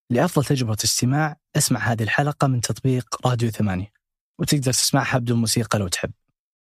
لأفضل تجربة استماع اسمع هذه الحلقة من تطبيق راديو 8، وتقدر تسمعها بدون موسيقى لو تحب.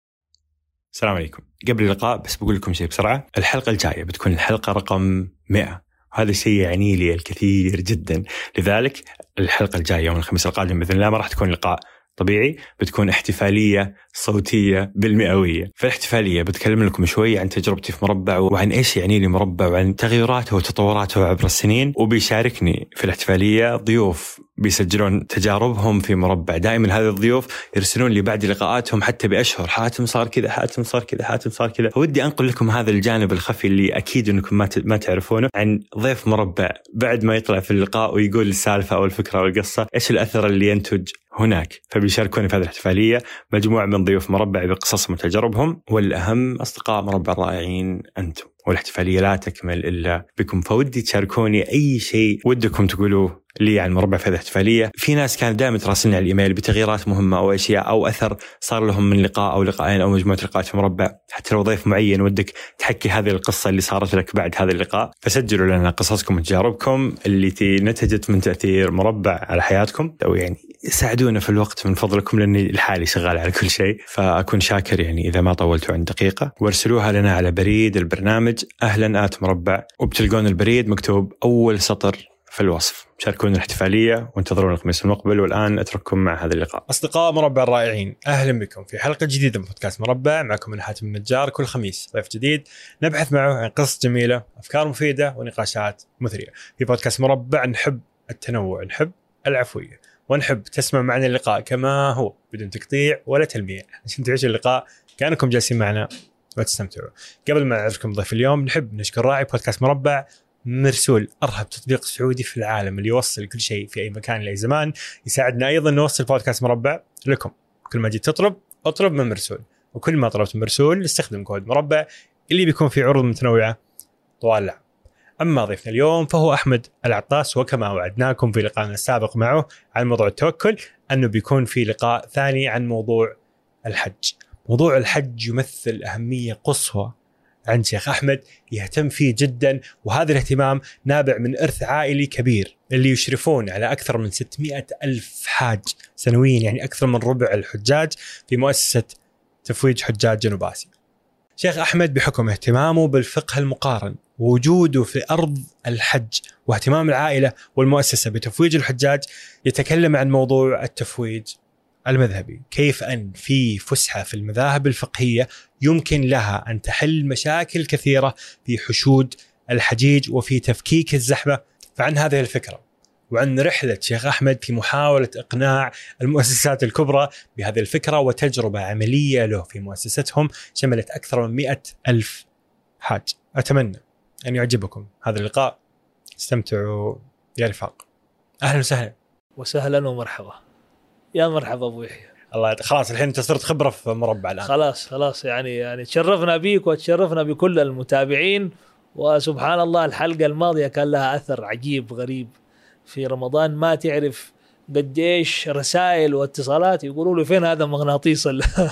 السلام عليكم. قبل اللقاء بس بقول لكم شيء بسرعة. الحلقة الجاية بتكون الحلقة رقم 100، وهذا الشيء يعني لي الكثير جدا. لذلك الحلقة الجاية يوم الخميس القادم بإذن الله ما راح تكون لقاء طبيعي، بتكون احتفالية صوتية بالمئوية. فالاحتفالية بتكلم لكم شوي عن تجربتي في مربع، وعن إيش يعني لي مربع، وعن تغيراته وتطوراته عبر السنين. وبيشاركني في الاحتفالية ضيوف بيسجلون تجاربهم في مربع. دائما هذه الضيوف يرسلون لي بعد لقاءاتهم حتى بأشهر: حاتم صار كذا، حاتم صار كذا، حاتم صار كذا. فودي أنقل لكم هذا الجانب الخفي اللي أكيد أنكم ما تعرفونه عن ضيف مربع بعد ما يطلع في اللقاء ويقول السالفة أو الفكرة أو القصة، إيش الأثر اللي ينتج هناك. فبيشاركوني في هذه الاحتفالية مجموعة من ضيوف مربع بقصصهم وتجاربهم، والأهم أصدقاء مربع الرائعين أنتم. والاحتفالية لا تكمل إلا بكم، فودي تشاركوني أي شيء ودكم تقولوه لي عن مربع في هذه الاحتفالية. في ناس كانت دائما تراسلني على الإيميل بتغييرات مهمة أو أشياء أو أثر صار لهم من لقاء أو لقاءين أو مجموعة لقاءات في مربع. حتى لو ضيف معين ودك تحكي هذه القصة اللي صارت لك بعد هذا اللقاء، فسجلوا لنا قصصكم وتجاربكم اللي نتجت من تأثير مربع على حياتكم، أو يعني ساعدونا في الوقت من فضلكم، لأني الحالي شغال على كل شيء، فأكون شاكر يعني إذا ما طولتوا عن دقيقة. وارسلوها لنا على بريد البرنامج أهلاً@مربع، وبتلقون البريد مكتوب أول سطر في الوصف. شاركونا الاحتفالية وانتظرون الخميس المقبل. والآن أترككم مع هذا اللقاء. أصدقاء مربع الرائعين، أهلا بكم في حلقة جديدة من بودكاست مربع. معكم أنا حاتم النجار. كل خميس ضيف جديد نبحث معه عن قصص جميلة، أفكار مفيدة، ونقاشات مثرية. في بودكاست مربع نحب التنوع، نحب العفوية، ونحب تسمع معنا اللقاء كما هو بدون تقطيع ولا تلميع، عشان تعيشوا اللقاء كأنكم جالسين معنا وتستمتعوا. قبل ما نعرفكم ضيف اليوم، نحب نشكر راعي بودكاست مربع مرسول، أرهب تطبيق سعودي في العالم اللي يوصل كل شيء في أي مكان لأي زمان. يساعدنا أيضا نوصل بودكاست مربع لكم. كل ما جيت اطلب من مرسول، وكل ما طلبت من مرسول استخدم كود مربع اللي بيكون في عروض متنوعة طوال العام. أما ضيفنا اليوم فهو أحمد العطاس، وكما وعدناكم في لقاءنا السابق معه عن موضوع التوكل، أنه بيكون في لقاء ثاني عن موضوع الحج. موضوع الحج يمثل أهمية قصوى عند شيخ أحمد، يهتم فيه جدا، وهذا الاهتمام نابع من إرث عائلي كبير اللي يشرفون على أكثر من 600,000 حاج سنويا، يعني أكثر من ربع الحجاج في مؤسسة تفويج حجاج جنوب آسيا. شيخ أحمد بحكم اهتمامه بالفقه المقارن ووجوده في أرض الحج واهتمام العائلة والمؤسسة بتفويج الحجاج، يتكلم عن موضوع التفويج المذهبي، كيف أن في فسحة في المذاهب الفقهية يمكن لها أن تحل مشاكل كثيرة في حشود الحجيج وفي تفكيك الزحمة. فعن هذه الفكرة وعن رحلة شيخ أحمد في محاولة إقناع المؤسسات الكبرى بهذه الفكرة، وتجربة عملية له في مؤسستهم شملت أكثر من 100,000 حاج. أتمنى أن يعجبكم هذا اللقاء، استمتعوا يا رفاق. أهلا وسهلا. وسهلا ومرحبا. يا مرحبا أبو يحيى. الله خلاص الحين انت صرت خبرة في مربع الآن. خلاص يعني تشرفنا بيك وتشرفنا بكل المتابعين. وسبحان الله الحلقة الماضية كان لها أثر عجيب غريب في رمضان، ما تعرف قديش رسائل واتصالات يقولوا لي فين هذا مغناطيس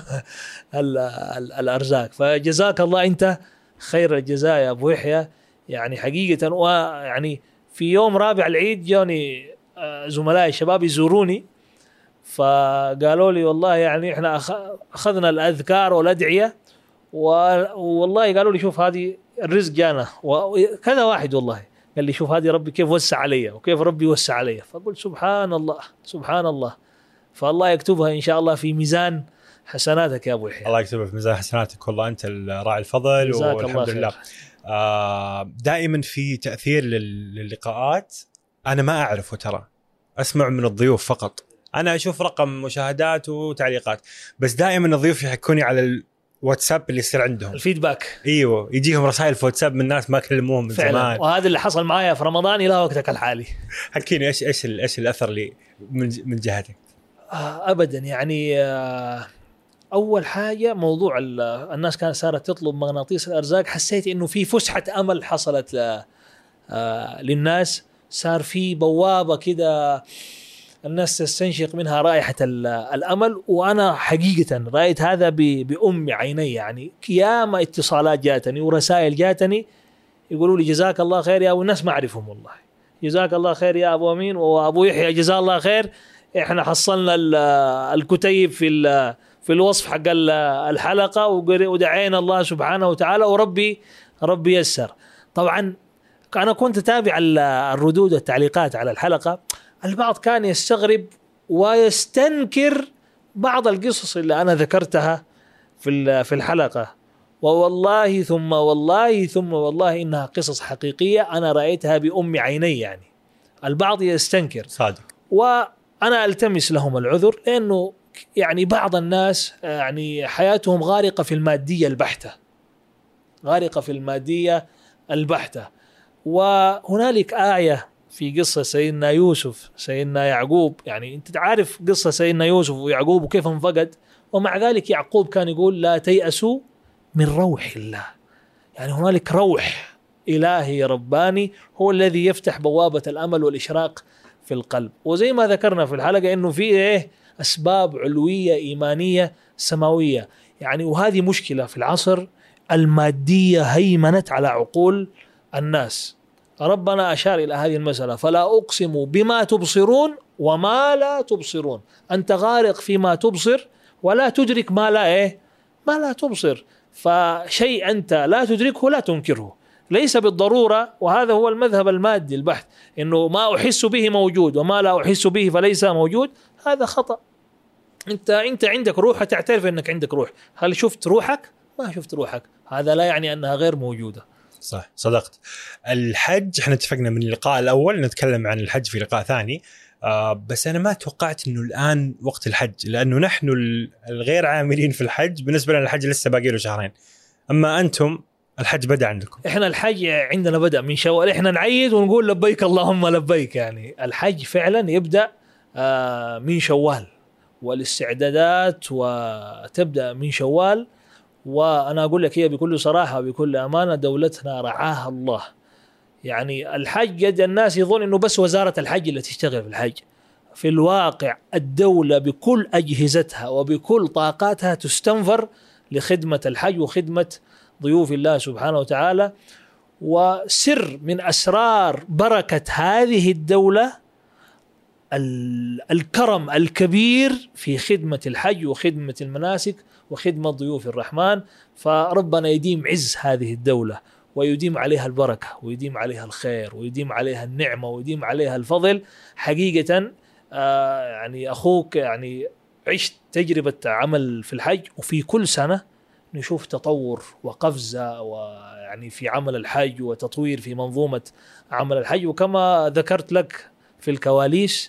الأرزاق. فجزاك الله أنت خير الجزاء يا أبو يحيى. يعني حقيقة ويعني في يوم رابع العيد جوني زملاء الشباب يزوروني، فقالوا لي والله يعني احنا اخذنا الاذكار والادعيه، والله قالوا لي شوف هذه الرزق جانا، وكذا واحد والله قال لي شوف هذه ربي كيف وسع علي وكيف ربي وسع علي. فقلت سبحان الله سبحان الله. فالله يكتبها ان شاء الله في ميزان حسناتك يا ابو يحيى. الله يكتبها في ميزان حسناتك، والله انت الراعي الفضل والحمد لله. دائما في تاثير للقاءات انا ما اعرفه، ترى اسمع من الضيوف فقط. أنا أشوف رقم مشاهدات وتعليقات، بس دائما الضيوف يحكوني على الواتساب اللي يصير عندهم الفيدباك. أيوة، يجيهم رسائل في واتساب من ناس ما كلموهم من زمان، وهذا اللي حصل معايا في رمضان إلى وقتك الحالي. حكيني إيش الأثر اللي من جهتك؟ أبدا يعني أول حاجة موضوع الناس كانت صارت تطلب مغناطيس الأرزاق. حسيت إنه في فسحة أمل حصلت للناس، صار في بوابة كده الناس تستنشق منها رائحة الأمل. وأنا حقيقة رأيت هذا بأم عيني، يعني كيام اتصالات جاتني ورسائل جاتني يقولوا لي جزاك الله خير يا، والناس ما أعرفهم والله جزاك الله خير يا أبو أمين وأبو يحيى جزاه الله خير. إحنا حصلنا الكتيب في الوصف حق الحلقة ودعينا الله سبحانه وتعالى وربي يسر. طبعا أنا كنت أتابع الردود والتعليقات على الحلقة، البعض كان يستغرب ويستنكر بعض القصص اللي أنا ذكرتها في الحلقة، ووالله ثم والله ثم والله إنها قصص حقيقية أنا رأيتها بأم عيني. يعني البعض يستنكر صادق، وأنا ألتمس لهم العذر، لأنه يعني بعض الناس يعني حياتهم غارقة في المادية البحتة، غارقة في المادية البحتة. وهنالك آية في قصة سيدنا يوسف سيدنا يعقوب، يعني أنت عارف قصة سيدنا يوسف ويعقوب وكيف انفقد، ومع ذلك يعقوب كان يقول لا تيأسوا من روح الله. يعني هنالك روح إلهي رباني هو الذي يفتح بوابة الأمل والإشراق في القلب. وزي ما ذكرنا في الحلقة إنه في أسباب علوية إيمانية سماوية، يعني وهذه مشكلة في العصر المادية هيمنت على عقول الناس. ربنا أشار إلى هذه المسألة، فلا أقسم بما تبصرون وما لا تبصرون. أنت غارق فيما تبصر ولا تدرك ما لا تبصر. فشيء أنت لا تدركه لا تنكره، ليس بالضرورة. وهذا هو المذهب المادي البحت، إنه ما أحس به موجود وما لا أحس به فليس موجود. هذا خطأ. أنت عندك روح، تعترف أنك عندك روح. هل شفت روحك؟ ما شفت روحك، هذا لا يعني أنها غير موجودة. صح، صدقت. الحج احنا اتفقنا من اللقاء الأول نتكلم عن الحج في لقاء ثاني، بس أنا ما توقعت أنه الآن وقت الحج، لأنه نحن الغير عاملين في الحج بالنسبة لنا الحج لسه باقي له شهرين، أما أنتم الحج بدأ عندكم. إحنا الحج عندنا بدأ من شوال، إحنا نعيد ونقول لبيك اللهم لبيك. يعني الحج فعلا يبدأ من شوال، والاستعدادات وتبدأ من شوال. وأنا أقول لك هي بكل صراحة وبكل أمانة دولتنا رعاها الله. يعني الحج قد الناس يظن إنه بس وزارة الحج اللي تشتغل في الحج، في الواقع الدولة بكل أجهزتها وبكل طاقاتها تستنفر لخدمة الحج وخدمة ضيوف الله سبحانه وتعالى. وسر من أسرار بركة هذه الدولة الكرم الكبير في خدمة الحج وخدمة المناسك وخدمة ضيوف الرحمن. فربنا يديم عز هذه الدولة ويديم عليها البركة ويديم عليها الخير ويديم عليها النعمة ويديم عليها الفضل. حقيقة يعني أخوك يعني عشت تجربة عمل في الحج، وفي كل سنة نشوف تطور وقفزة ويعني في عمل الحج وتطوير في منظومة عمل الحج. وكما ذكرت لك في الكواليس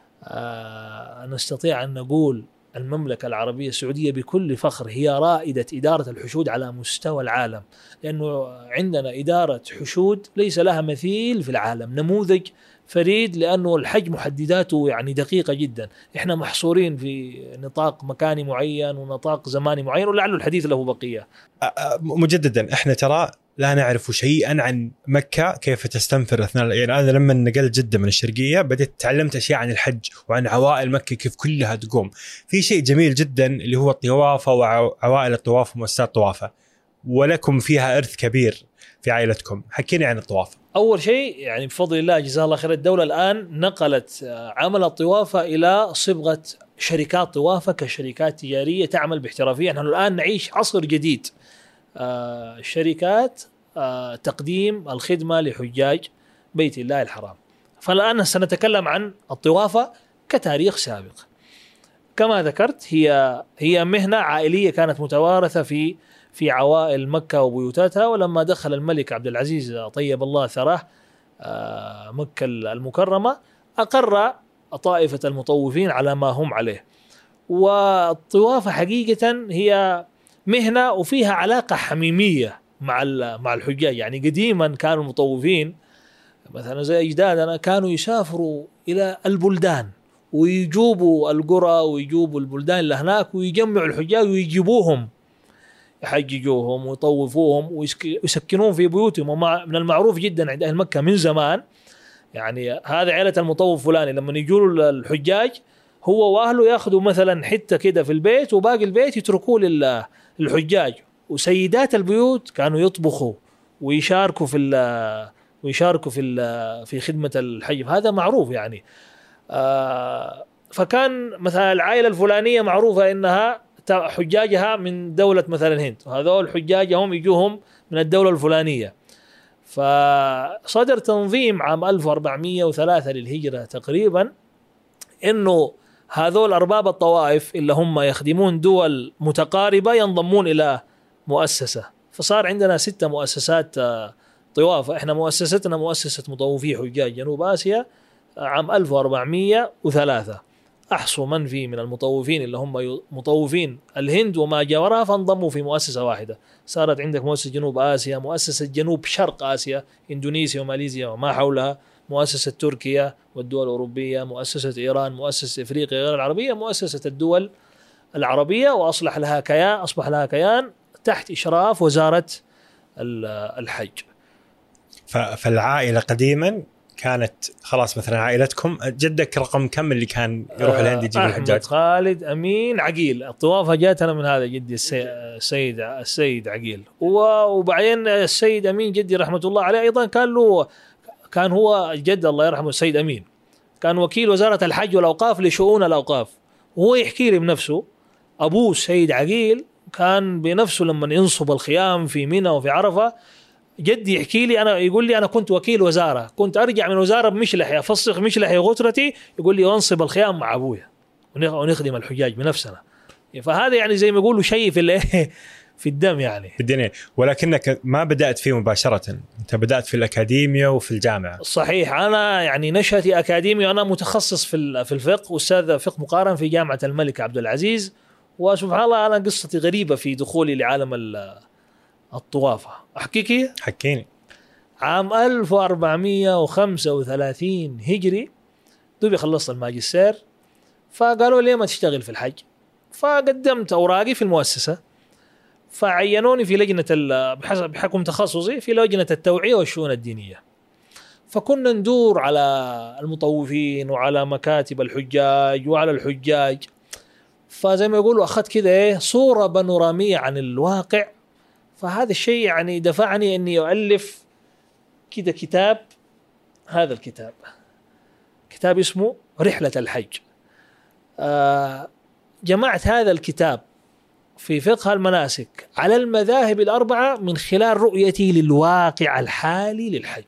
نستطيع أن نقول المملكة العربية السعودية بكل فخر هي رائدة إدارة الحشود على مستوى العالم، لأنه عندنا إدارة حشود ليس لها مثيل في العالم، نموذج فريد، لأنه الحج محدداته يعني دقيقة جدا. إحنا محصورين في نطاق مكاني معين ونطاق زماني معين، ولعل الحديث له بقية. مجددا إحنا ترى لا نعرف شيئا عن مكة كيف تستنفر أثناء، يعني أنا لما نقلت جدة من الشرقية بدأت تعلمت أشياء عن الحج وعن عوائل مكة كيف كلها تقوم. في شيء جميل جدا اللي هو الطوافة وعوائل الطواف ومؤسسات الطوافة، ولكم فيها إرث كبير في عائلتكم. حكيني عن الطوافة. أول شيء يعني بفضل الله جزاه الله خير، الدولة الآن نقلت عمل الطوافة إلى صبغة شركات طوافة كشركات تجارية تعمل باحترافية. نحن الآن نعيش عصر جديد، الشركات تقديم الخدمة لحجاج بيت الله الحرام. فالآن سنتكلم عن الطوافة كتاريخ سابق. كما ذكرت هي مهنة عائلية كانت متوارثة في عوائل مكة وبيوتاتها. ولما دخل الملك عبد العزيز طيب الله ثراه مكة المكرمة أقر طائفة المطوفين على ما هم عليه. والطوافة حقيقة هي مهنة وفيها علاقة حميمية مع الحجاج. يعني قديما كانوا المطوفين مثلا زي أجدادنا كانوا يسافروا إلى البلدان ويجوبوا القرى ويجوبوا البلدان اللي هناك ويجمعوا الحجاج ويجيبوهم يحججوهم ويطوفوهم ويسكنون في بيوتهم. ومن المعروف جدا عند أهل مكة من زمان، يعني هذا عائلة المطوف فلاني لما يجوا الحجاج هو وأهله يأخذوا مثلا حتة كده في البيت وباقي البيت يتركوه للحجاج. وسيدات البيوت كانوا يطبخوا ويشاركوا ويشاركوا في خدمة الحج، هذا معروف يعني. فكان مثلا العائلة الفلانية معروفة إنها حجاجها من دولة مثلا الهند، وهذول حجاجهم يجوهم من الدولة الفلانية. فصدر تنظيم عام 1403 للهجرة تقريبا إنه هذول أرباب الطوائف اللي هم يخدمون دول متقاربة ينضمون إلى مؤسسة. فصار عندنا 6 مؤسسات طوافة. إحنا مؤسستنا مؤسسة مطوفي حجاج جنوب آسيا عام 1403 أحصوا من فيه من المطوفين اللي هم مطوفين الهند وما جاورها، فانضموا في مؤسسة واحدة. صارت عندك مؤسسة جنوب آسيا، مؤسسة جنوب شرق آسيا، إندونيسيا وماليزيا وما حولها، مؤسسة تركيا والدول الأوروبية، مؤسسة إيران، مؤسسة إفريقيا غير العربية، مؤسسة الدول العربية، وأصبح لها كيان تحت إشراف وزارة الحج. فالعائلة قديما كانت خلاص، مثلا عائلتكم جدك رقم كم اللي كان يروح الهند يجيب الحجاج؟ أحمد خالد أمين عقيل. الطوافة جاتنا من هذا جدي السيد عقيل. وبعدين السيد أمين جدي رحمة الله عليه أيضا كان هو جد الله يرحمه السيد أمين كان وكيل وزارة الحج والأوقاف لشؤون الأوقاف. وهو يحكي لي بنفسه أبوه السيد عقيل كان بنفسه لما ينصب الخيام في منى وفي عرفة، جدي يحكي لي أنا، يقول لي أنا كنت وكيل وزارة، كنت أرجع من وزارة بمشلحي أفسخ مشلحي غترتي، يقول لي وانصب الخيام مع أبويا ونخدم الحجاج بنفسنا. فهذا يعني زي ما يقولوا شيء في الدم يعني في الدنيا. ولكنك ما بدأت فيه مباشرة، أنت بدأت في الأكاديمية وفي الجامعة. صحيح. أنا يعني نشأتي أكاديمي، أنا متخصص في الفقه، أستاذ فقه مقارن في جامعة الملك عبد العزيز. وسبحان الله أنا قصتي غريبة في دخولي لعالم الطوافة. أحكيكي؟ حكيني. عام 1435 هجري دوبي خلصت الماجستير، فقالوا لي ما تشتغل في الحج، فقدمت أوراقي في المؤسسة، فعينوني في لجنة بحكم تخصصي في لجنة التوعية والشؤون الدينية. فكنا ندور على المطوفين وعلى مكاتب الحجاج وعلى الحجاج، فزي ما يقولوا أخذت كده صورة بانورامية عن الواقع. فهذا الشيء يعني دفعني أني أؤلف كده كتاب. هذا الكتاب كتاب اسمه رحلة الحج. جمعت هذا الكتاب في فقه المناسك على المذاهب الأربعة من خلال رؤيتي للواقع الحالي للحج.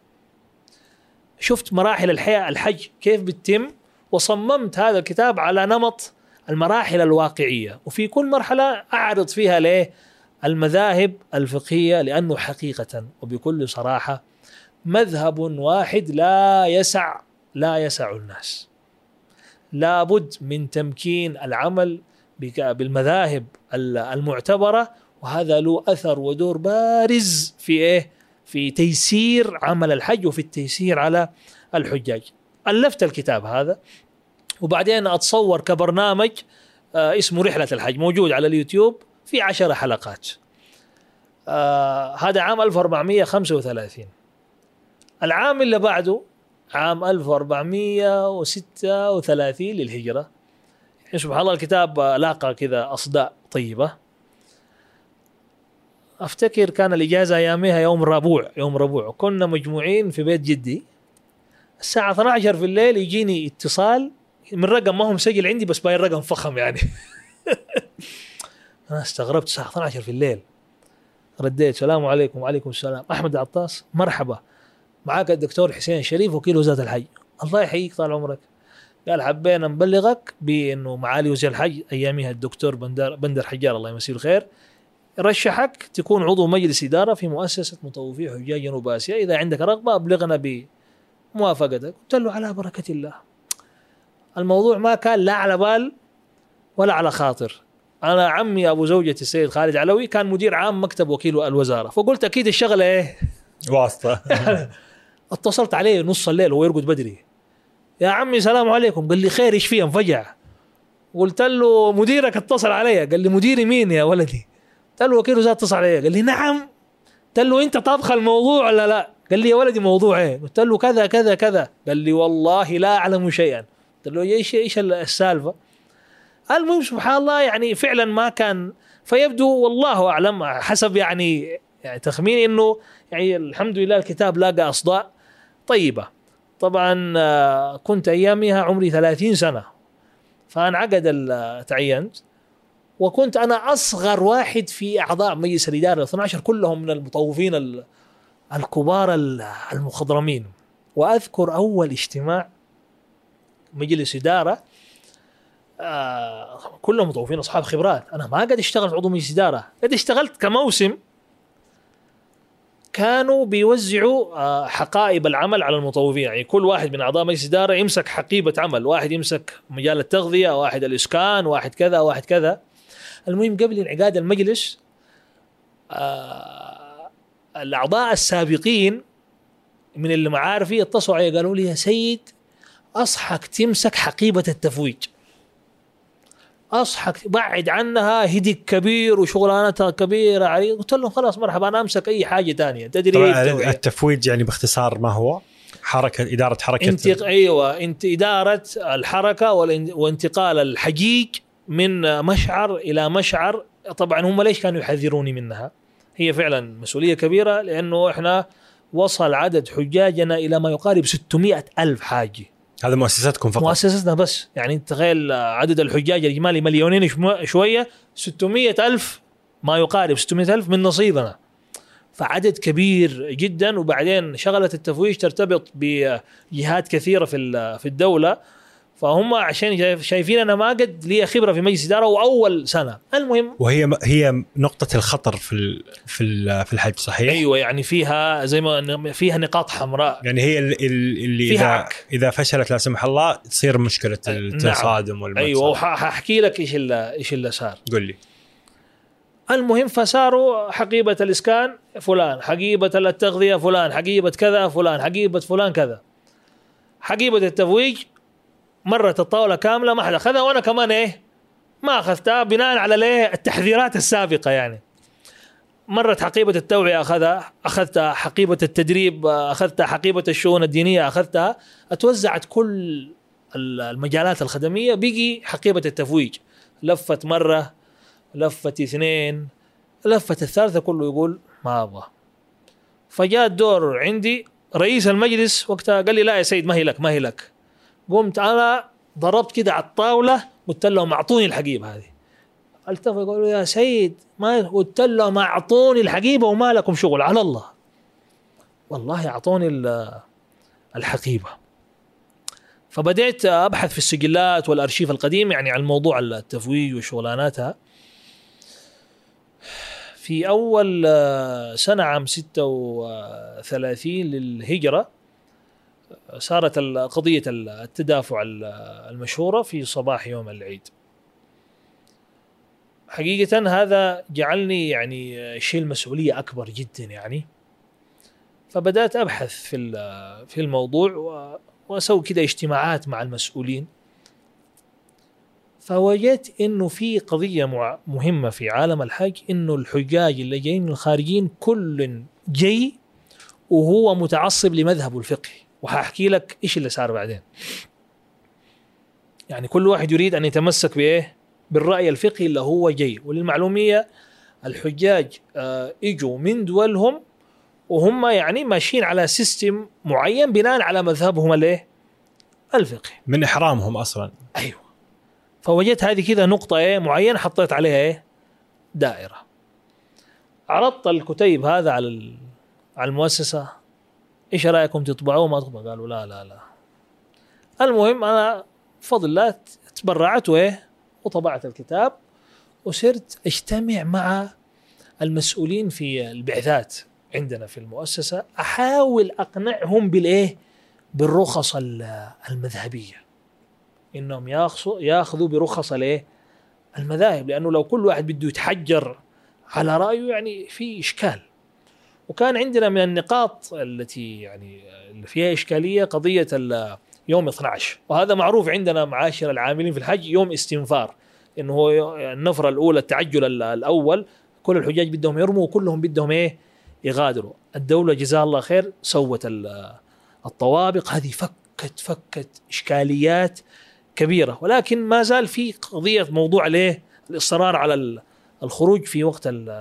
شفت مراحل الحج كيف بتتم، وصممت هذا الكتاب على نمط المراحل الواقعية، وفي كل مرحلة أعرض فيها المذاهب الفقهية، لأنه حقيقة وبكل صراحة مذهب واحد لا يسع الناس. لابد من تمكين العمل بالمذاهب المعتبرة، وهذا له أثر ودور بارز في تيسير عمل الحج وفي التيسير على الحجاج. ألفت الكتاب هذا، وبعدين أتصور كبرنامج اسمه رحلة الحج موجود على اليوتيوب في 10 حلقات. هذا عام 1435. العام اللي بعده عام 1436 للهجرة. يعني سبحان الله الكتاب لاقى كذا أصداء طيبة. أفتكر كان الإجازة أيامها يوم ربوع، كنا مجموعين في بيت جدي. الساعة 12 في الليل يجيني اتصال من رقم ما هو مسجل عندي، بس باين رقم فخم يعني. أنا استغربت، الساعة 12 في الليل. رديت السلام عليكم. وعليكم السلام. أحمد عطاس، مرحبا، معاك الدكتور حسين شريف وكيل وزارة الحج. الله يحييك طال عمرك. قال حبينا نبلغك بأنه معالي وزير الحج أيامها الدكتور بندر حجار الله يمسيه الخير رشحك تكون عضو مجلس إدارة في مؤسسة مطوفي حجاج جنوب آسيا، إذا عندك رغبة أبلغنا بموافقتك. قلت له على بركة الله. الموضوع ما كان لا على بال ولا على خاطر. أنا عمي أبو زوجتي السيد خالد علوي كان مدير عام مكتب وكيل الوزارة، فقلت أكيد الشغلة واسطة. اتصلت عليه نص الليل وهو يرقد بدري. يا عمي سلام عليكم. قال لي خير، ايش فيه؟ انفجع. قلت له مديرك اتصل علي. قال لي مديري مين يا ولدي؟ قلت له وكيل وزارة اتصل علي. قال لي نعم. قلت له انت طابخ الموضوع ولا لا؟ قال لي يا ولدي موضوع ايه؟ قلت له كذا كذا كذا. قال لي والله لا اعلم شيئا. قلت له ايش السالفة؟ المهم سبحان الله يعني فعلا ما كان، فيبدو والله اعلم حسب يعني يعني تخميني انه يعني الحمد لله الكتاب لاقى اصداء طيبه. طبعا كنت ايامها عمري 30 سنه، فانعقد تعينت، وكنت انا اصغر واحد في اعضاء مجلس الاداره 12 كلهم من المطوفين الكبار المخضرمين. واذكر اول اجتماع مجلس اداره كلهم مطوفين اصحاب خبرات، انا ما قد اشتغلت عضو مجلس اداره، قد اشتغلت كموسم. كانوا بيوزعوا حقائب العمل على المطوفين، يعني كل واحد من اعضاء مجلس اداره يمسك حقيبه عمل، واحد يمسك مجال التغذيه، واحد الاسكان، واحد كذا واحد كذا. المهم قبل انعقاد المجلس الاعضاء السابقين من اللي معارفي اتصلوا علي قالوا لي يا سيد اصحك تمسك حقيبه التفويج، اصحك بعد عنها هدك كبير وشغلانتها كبيره علي. قلت لهم خلاص مرحبا انا امسك اي حاجه ثانيه. تدري التفويج يعني باختصار ما هو؟ اداره حركه ايوه انت اداره الحركه وانتقال الحجيج من مشعر الى مشعر. طبعا هم ليش كانوا يحذروني منها؟ هي فعلا مسؤوليه كبيره، لانه احنا وصل عدد حجاجنا الى ما يقارب 600,000 حاجي. هذا مؤسساتكم فقط؟ مؤسستنا بس. يعني تخيل عدد الحجاج الإجمالي 2,000,000 شوية، 600,000 ما يقارب 600,000 من نصيبنا، فعدد كبير جدا. وبعدين شغلة التفويج ترتبط بجهات كثيرة في الدولة، فهم عشان شايفين أنا ما قد لي خبرة في مجلس إدارة وأول سنة. المهم وهي نقطة الخطر في الحج صحيح؟ أيوة، يعني فيها زي ما فيها نقاط حمراء، يعني هي اللي إذا فشلت لا سمح الله تصير مشكلة التصادم والمدفع. أيوة، وحأحكي لك إيش اللي صار. قل لي. المهم فصاروا حقيبة الإسكان فلان، حقيبة التغذية فلان، حقيبة كذا فلان، حقيبة فلان كذا. حقيبة التفويج مرت الطاولة كاملة ما حد أخذها، وأنا كمان ما أخذتها بناء على التحذيرات السابقة. يعني مرت حقيبة التوعية أخذتها، حقيبة التدريب أخذتها، حقيبة الشؤون الدينية أخذتها، اتوزعت كل المجالات الخدمية، بيجي حقيبة التفويج لفت مرة، لفت 2، لفت الثالثة، كله يقول ما أبغى. فجاء الدور عندي، رئيس المجلس وقتها قال لي لا يا سيد ما هي لك. قمت أنا ضربت كده على الطاولة، قلت لهم أعطوني الحقيبة هذه. التفوا يقولوا يا سيد ما، قلت لهم أعطوني الحقيبة وما لكم شغل على الله. والله أعطوني الحقيبة. فبدأت أبحث في السجلات والأرشيف القديم يعني عن موضوع التفويج وشغلاناتها. في أول سنة عام 36 للهجرة صارت قضية التدافع المشهورة في صباح يوم العيد. حقيقة هذا جعلني يعني شيل مسؤولية أكبر جدا يعني. فبدأت أبحث في الموضوع وأسوي كده اجتماعات مع المسؤولين. فوجدت إنه في قضية مهمة في عالم الحج، إنه الحجاج اللي جايين من الخارجين كل جاي وهو متعصب لمذهبه الفقهي، وهحكي لك إيش اللي صار بعدين. يعني كل واحد يريد أن يتمسك بالرأي الفقهي اللي هو جاي. وللمعلومية الحجاج إجوا من دولهم وهم يعني ماشيين على سيستم معين بناء على مذهبهم الفقهي من إحرامهم أصلا. أيوة. فوجدت هذه كذا نقطة معينة حطيت عليها دائرة. عرضت الكتيب هذا على المؤسسة، إيش رأيكم تطبعوه ما تطبع؟ قالوا لا. المهم أنا بفضل الله تبرعت وطبعت الكتاب، وصرت اجتمع مع المسؤولين في البعثات عندنا في المؤسسة، أحاول أقنعهم بالرخص المذهبية، إنهم يأخذوا برخص المذاهب، لأنه لو كل واحد بده يتحجر على رأيه يعني في إشكال. وكان عندنا من النقاط التي يعني فيها إشكالية قضية يوم 12، وهذا معروف عندنا معاشر العاملين في الحج يوم استنفار، إنه هو النفرة الأولى التعجل الأول، كل الحجاج بدهم يرموا وكلهم بدهم يغادروا. الدولة جزاها الله خير سوت الطوابق هذه، فكت إشكاليات كبيرة، ولكن ما زال في قضية موضوع الإصرار على الخروج في وقت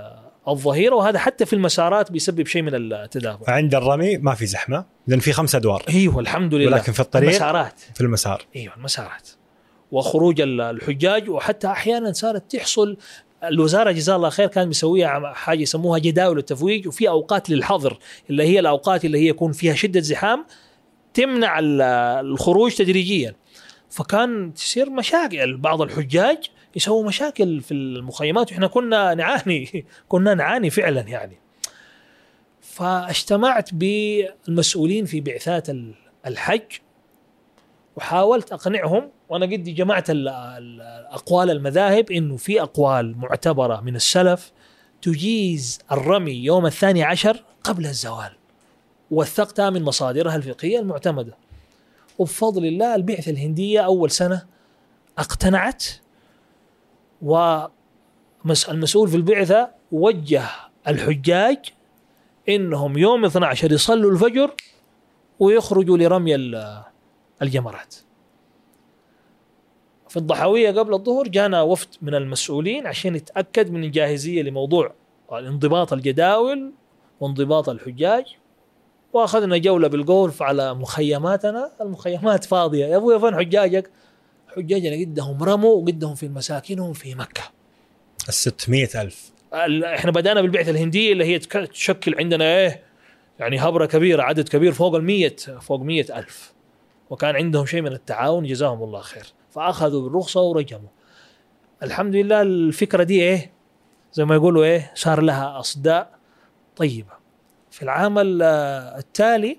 الظهيرة، وهذا حتى في المسارات بيسبب شيء من التدافع. عند الرمي ما في زحمة لأن في 5 أدوار. ايوه الحمد لله. ولكن في الطريق المسارات، في المسار، ايوه المسارات وخروج الحجاج، وحتى احيانا صارت تحصل. الوزاره جزاها الله خير كان مسويها حاجه يسموها جداول التفويج، وفي اوقات للحظر اللي هي الاوقات اللي هي يكون فيها شده زحام تمنع الخروج تدريجيا. فكان تصير مشاكل، بعض الحجاج يسووا مشاكل في المخيمات، واحنا كنا نعاني فعلا يعني. فاجتمعت بالمسؤولين في بعثات الحج وحاولت أقنعهم، وأنا قد جمعت أقوال المذاهب إنه في أقوال معتبرة من السلف تجيز الرمي يوم 12 قبل الزوال، وثقتها من مصادرها الفقهية المعتمدة. وبفضل الله البعثة الهندية أول سنة اقتنعت، والمسؤول في البعثة وجه الحجاج إنهم يوم 12 يصلوا الفجر ويخرجوا لرمي الجمرات. في الضحوية قبل الظهر جانا وفد من المسؤولين عشان يتأكد من الجاهزية لموضوع انضباط الجداول وانضباط الحجاج، وأخذنا جولة بالغولف على مخيماتنا. المخيمات فاضية، يا أبويا فين حجاجك؟ حجاجنا قدهم رموا وقدهم في مساكنهم في مكة. 600,000. احنا بدأنا بالبعثة الهندية اللي هي تشكل عندنا يعني هبرة كبيرة، عدد كبير فوق 100,000، وكان عندهم شيء من التعاون جزاهم الله خير، فأخذوا بالرخصة ورجموا. الحمد لله الفكرة دي زي ما يقولوا صار لها أصداء طيبة. في العام التالي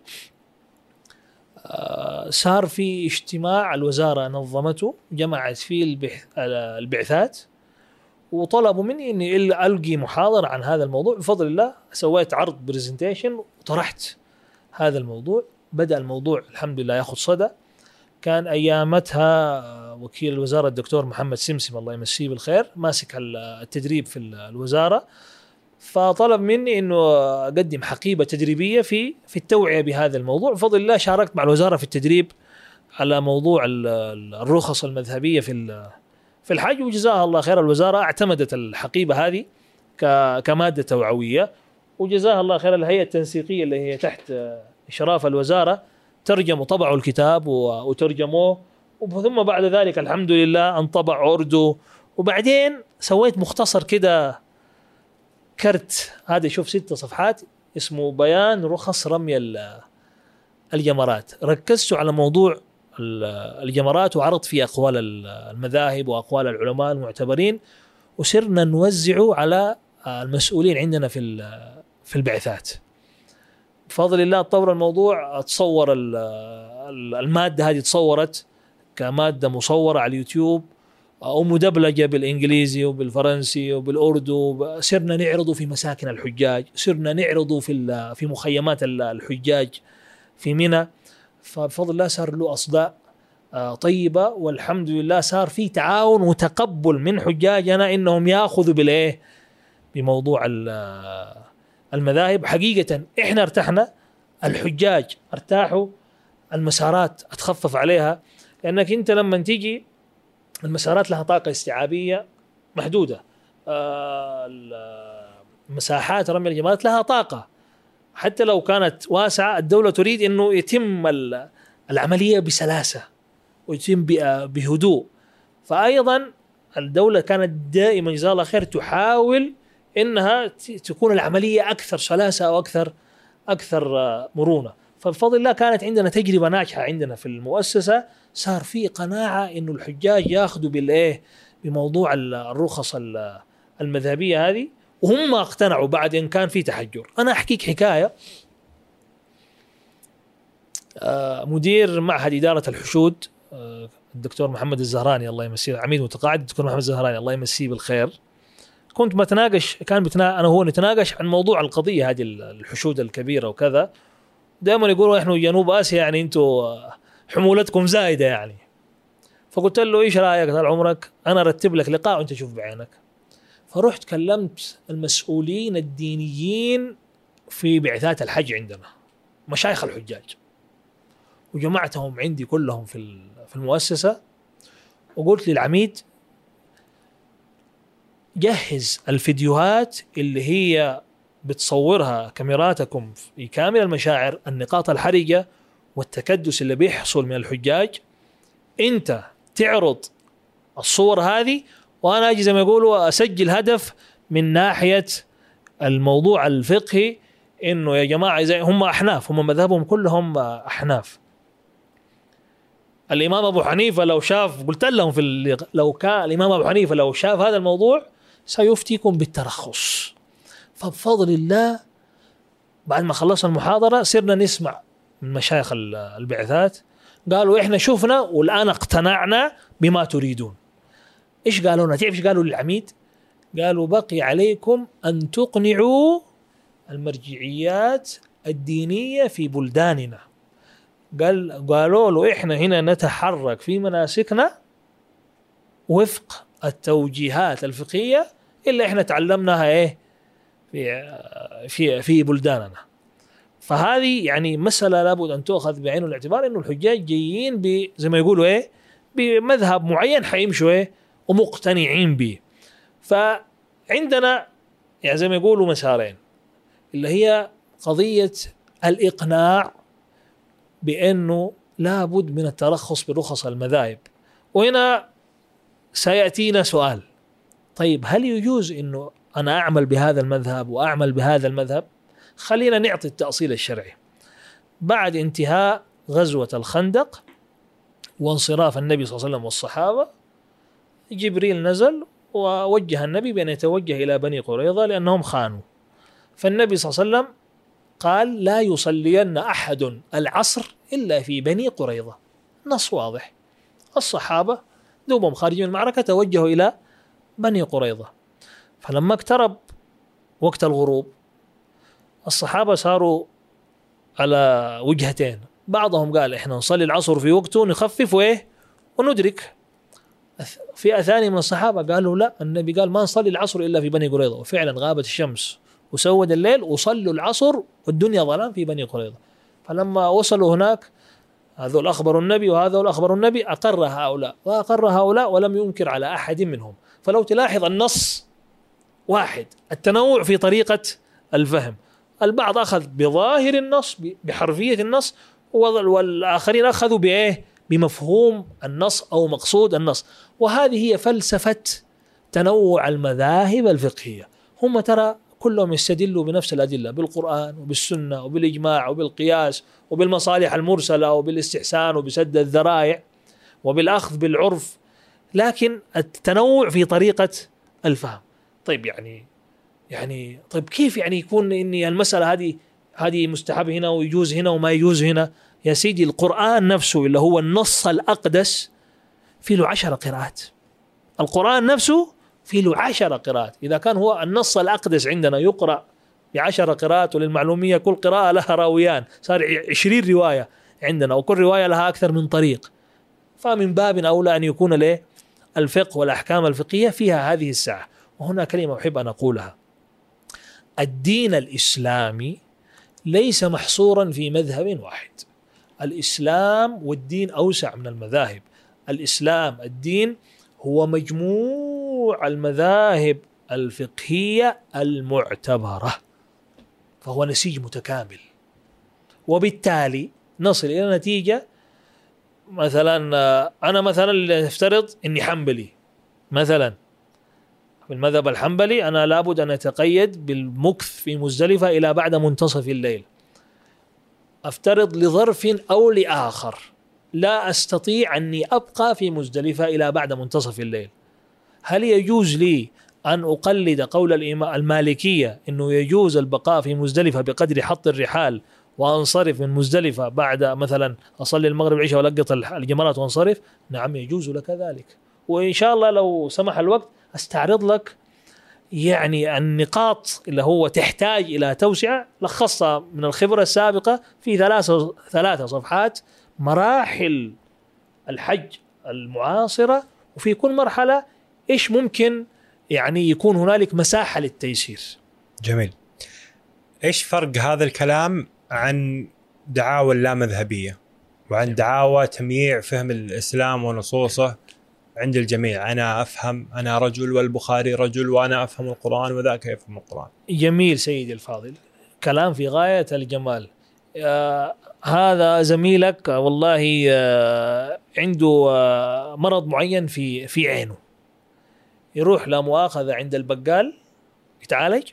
صار في اجتماع الوزارة نظمته، جمعت فيه البعثات، وطلبوا مني إني ألقي محاضرة عن هذا الموضوع. بفضل الله سويت عرض برزنتيشن وطرحت هذا الموضوع. بدأ الموضوع الحمد لله ياخذ صدى. كان أيامتها وكيل الوزارة الدكتور محمد سمسم الله يمسيه بالخير ماسك التدريب في الوزارة، فطلب مني إنه أقدم حقيبة تدريبية في التوعية بهذا الموضوع. بفضل الله شاركت مع الوزارة في التدريب على موضوع الرخص المذهبية في الحج، وجزاها الله خير الوزارة اعتمدت الحقيبة هذه كمادة توعوية، وجزاها الله خير الهيئة التنسيقية اللي هي تحت إشراف الوزارة ترجموا، طبعوا الكتاب وترجموه، ثم بعد ذلك الحمد لله انطبع أردو. وبعدين سويت مختصر كده كرت، هذا شوف 6 صفحات، اسمه بيان رخص رمي الجمرات. ركزت على موضوع الجمرات وعرضت فيه أقوال المذاهب وأقوال العلماء المعتبرين، وسرنا نوزعه على المسؤولين عندنا في البعثات. بفضل الله تطور الموضوع، تصور المادة هذه تصورت كمادة مصورة على اليوتيوب أو مدبلجة بالإنجليزي وبالفرنسي وبالأردو. سرنا نعرضه في مساكن الحجاج، سرنا نعرضه في مخيمات الحجاج في منى. فبفضل الله صار له أصداء طيبة، والحمد لله صار في تعاون وتقبل من حجاجنا إنهم يأخذوا بموضوع المذاهب. حقيقة إحنا ارتحنا، الحجاج ارتاحوا، المسارات اتخفف عليها، لأنك أنت لما تيجي المسارات لها طاقة استيعابية محدودة، مساحات رمي الجمرات لها طاقة، حتى لو كانت واسعة الدولة تريد أنه يتم العملية بسلاسة ويتم بهدوء. فأيضا الدولة كانت دائما جزاها الله خير تحاول إنها تكون العملية أكثر سلاسة أو أكثر مرونة. فبفضل الله كانت عندنا تجربة ناجحة عندنا في المؤسسة، صار في قناعة إنه الحجاج يأخذوا بموضوع الرخص المذهبية هذه، وهم اقتنعوا بعد إن كان في تحجر. أنا أحكيك حكاية. مدير معهد إدارة الحشود الدكتور محمد الزهراني الله يمسيه، عميد متقاعد الدكتور محمد الزهراني الله يمسيه بالخير، كنت بتناقش، أنا هو نتناقش عن موضوع القضية هذه الحشود الكبيرة وكذا. دائما يقولوا إحنا جنوب آسيا يعني أنتوا حمولتكم زايدة يعني. فقلت له إيش رأيك طال عمرك، أنا رتب لك لقاء وأنت شوف بعينك. فرحت كلمت المسؤولين الدينيين في بعثات الحج عندنا، مشايخ الحجاج، وجمعتهم عندي كلهم في المؤسسة، وقلت للعميد جهز الفيديوهات اللي هي بتصورها كاميراتكم في كامل المشاعر، النقاط الحرجة والتكدس اللي بيحصل من الحجاج، انت تعرض الصور هذه وانا اجي زي ما يقولوا اسجل هدف من ناحية الموضوع الفقهي، انه يا جماعة زي هم احناف، هم مذهبهم كلهم احناف. الامام ابو حنيفة لو شاف، قلت لهم لو كان الامام ابو حنيفة لو شاف هذا الموضوع سيفتيكم بالترخص. فبفضل الله بعد ما خلصنا المحاضرة صرنا نسمع من مشايخ البعثات، قالوا إحنا شفنا والآن اقتنعنا بما تريدون. إيش قالوا لنا؟ تعرف إيش قالوا للعميد؟ قالوا بقي عليكم أن تقنعوا المرجعيات الدينية في بلداننا. قالوا له إحنا هنا نتحرك في مناسكنا وفق التوجيهات الفقهية اللي إحنا تعلمناها إيه في بلداننا. فهذه يعني مسألة لابد أن تؤخذ بعين الاعتبار، إنه الحجاج جايين زي ما يقولوا إيه بمذهب معين حيمشوا إيه ومقتنعين به. فعندنا يعني زي ما يقولوا مسارين، اللي هي قضية الإقناع بأنه لابد من الترخص برخص المذاهب. وهنا سيأتينا سؤال، طيب هل يجوز إنه أنا أعمل بهذا المذهب وأعمل بهذا المذهب؟ خلينا نعطي التأصيل الشرعي. بعد انتهاء غزوة الخندق وانصراف النبي صلى الله عليه وسلم والصحابة، جبريل نزل ووجه النبي بأن يتوجه إلى بني قريظة لأنهم خانوا. فالنبي صلى الله عليه وسلم قال لا يصلين أحد العصر إلا في بني قريظة، نص واضح. الصحابة دوبهم خارجين من المعركة توجهوا إلى بني قريظة. فلما اقترب وقت الغروب الصحابة صاروا على وجهتين، بعضهم قال إحنا نصلي العصر في وقته نخفف وإيه وندرك. فئة ثانية من الصحابة قالوا لا، النبي قال ما نصلي العصر إلا في بني قريظة، وفعلا غابت الشمس وسود الليل وصلوا العصر والدنيا ظلام في بني قريظة. فلما وصلوا هناك هذول أخبروا النبي وهذول أخبروا النبي، أقر هؤلاء وأقر هؤلاء ولم ينكر على أحد منهم. فلو تلاحظ النص واحد، التنوع في طريقة الفهم، البعض أخذ بظاهر النص بحرفية النص، والآخرين أخذوا بإيه بمفهوم النص أو مقصود النص. وهذه هي فلسفة تنوع المذاهب الفقهية. هم ترى كلهم يستدلوا بنفس الأدلة، بالقرآن وبالسنة وبالإجماع وبالقياس وبالمصالح المرسلة وبالاستحسان وبسد الذرائع وبالأخذ بالعرف، لكن التنوع في طريقة الفهم. طيب يعني طيب كيف يعني يكون إني المسألة هذه مستحب هنا ويجوز هنا وما يجوز هنا؟ يا سيدي القرآن نفسه اللي هو النص الأقدس فيه له 10 قراءات. القرآن نفسه فيه له 10 قراءات. إذا كان هو النص الأقدس عندنا يقرأ ب10 قراءات، وللمعلومية كل قراءة لها راويان، صار 20 رواية عندنا، وكل رواية لها أكثر من طريق. فمن باب أولى أن يكون له الفقه والأحكام الفقهية فيها هذه الساعة. وهنا كلمة أحب أن أقولها، الدين الإسلامي ليس محصورا في مذهب واحد. الإسلام والدين أوسع من المذاهب. الإسلام الدين هو مجموع المذاهب الفقهية المعتبرة، فهو نسيج متكامل. وبالتالي نصل إلى نتيجة، مثلا أنا مثلا نفترض إني حنبلي مثلا، بالمذهب الحنبلي أنا لابد أن أتقيد بالمكث في مزدلفة إلى بعد منتصف الليل. أفترض لظرف أو لآخر لا أستطيع أني أبقى في مزدلفة إلى بعد منتصف الليل، هل يجوز لي أن أقلد قول الإمام المالكية أنه يجوز البقاء في مزدلفة بقدر حط الرحال وأنصرف من مزدلفة بعد مثلا أصلي المغرب العشاء ولقط الجمرات وأنصرف؟ نعم يجوز لك ذلك. وإن شاء الله لو سمح الوقت أستعرض لك يعني النقاط اللي هو تحتاج إلى توسعة، لخصها من الخبرة السابقة في 3 صفحات، مراحل الحج المعاصرة، وفي كل مرحلة إيش ممكن يعني يكون هنالك مساحة للتيسير. جميل. إيش فرق هذا الكلام عن دعاوى اللامذهبية وعن دعاوى تمييع فهم الإسلام ونصوصه عند الجميع، أنا أفهم، أنا رجل والبخاري رجل وأنا أفهم القرآن وذاك يفهم القرآن. جميل سيدي الفاضل، كلام في غاية الجمال. هذا زميلك والله عنده مرض معين في عينه، يروح لا مؤاخذة عند البقال يتعالج.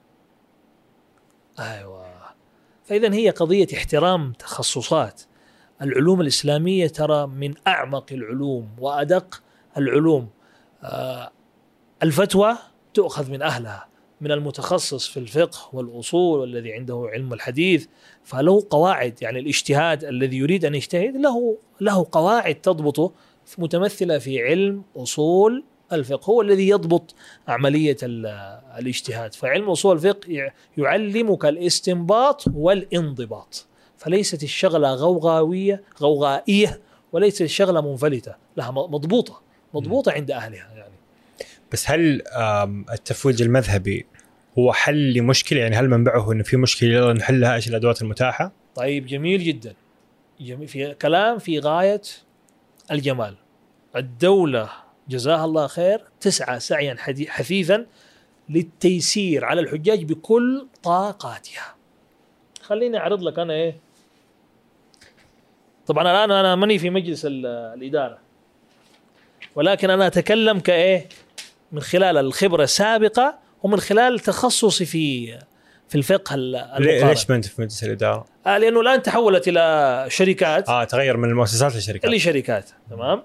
أيوة، فإذا هي قضية احترام تخصصات. العلوم الإسلامية ترى من أعمق العلوم وأدق العلوم. الفتوى تؤخذ من أهلها، من المتخصص في الفقه والأصول والذي عنده علم الحديث، فله قواعد. يعني الاجتهاد الذي يريد أن يجتهد له قواعد تضبطه، متمثلة في علم أصول الفقه، هو الذي يضبط عملية الاجتهاد. فعلم أصول الفقه يعلمك الاستنباط والانضباط، فليست الشغلة غوغائية، وليست الشغلة منفلتة، لها مضبوطة عند أهلها يعني. بس هل التفويج المذهبي هو حل لمشكلة؟ يعني هل منبعه إنه في مشكلة يلا نحلها، إيش الأدوات المتاحة؟ طيب جميل جدا، في كلام في غاية الجمال. الدولة جزاها الله خير تسعى سعيا حثيثا للتيسير على الحجاج بكل طاقاتها. خليني أعرض لك أنا طبعا الآن أنا ماني في مجلس الإدارة، ولكن أنا أتكلم من خلال الخبرة السابقة ومن خلال تخصصي في الفقه المقارن. ليش ما أنت في مجلس الإدارة؟ لأنه الآن تحولت إلى شركات. تغير من المؤسسات لشركات. تمام.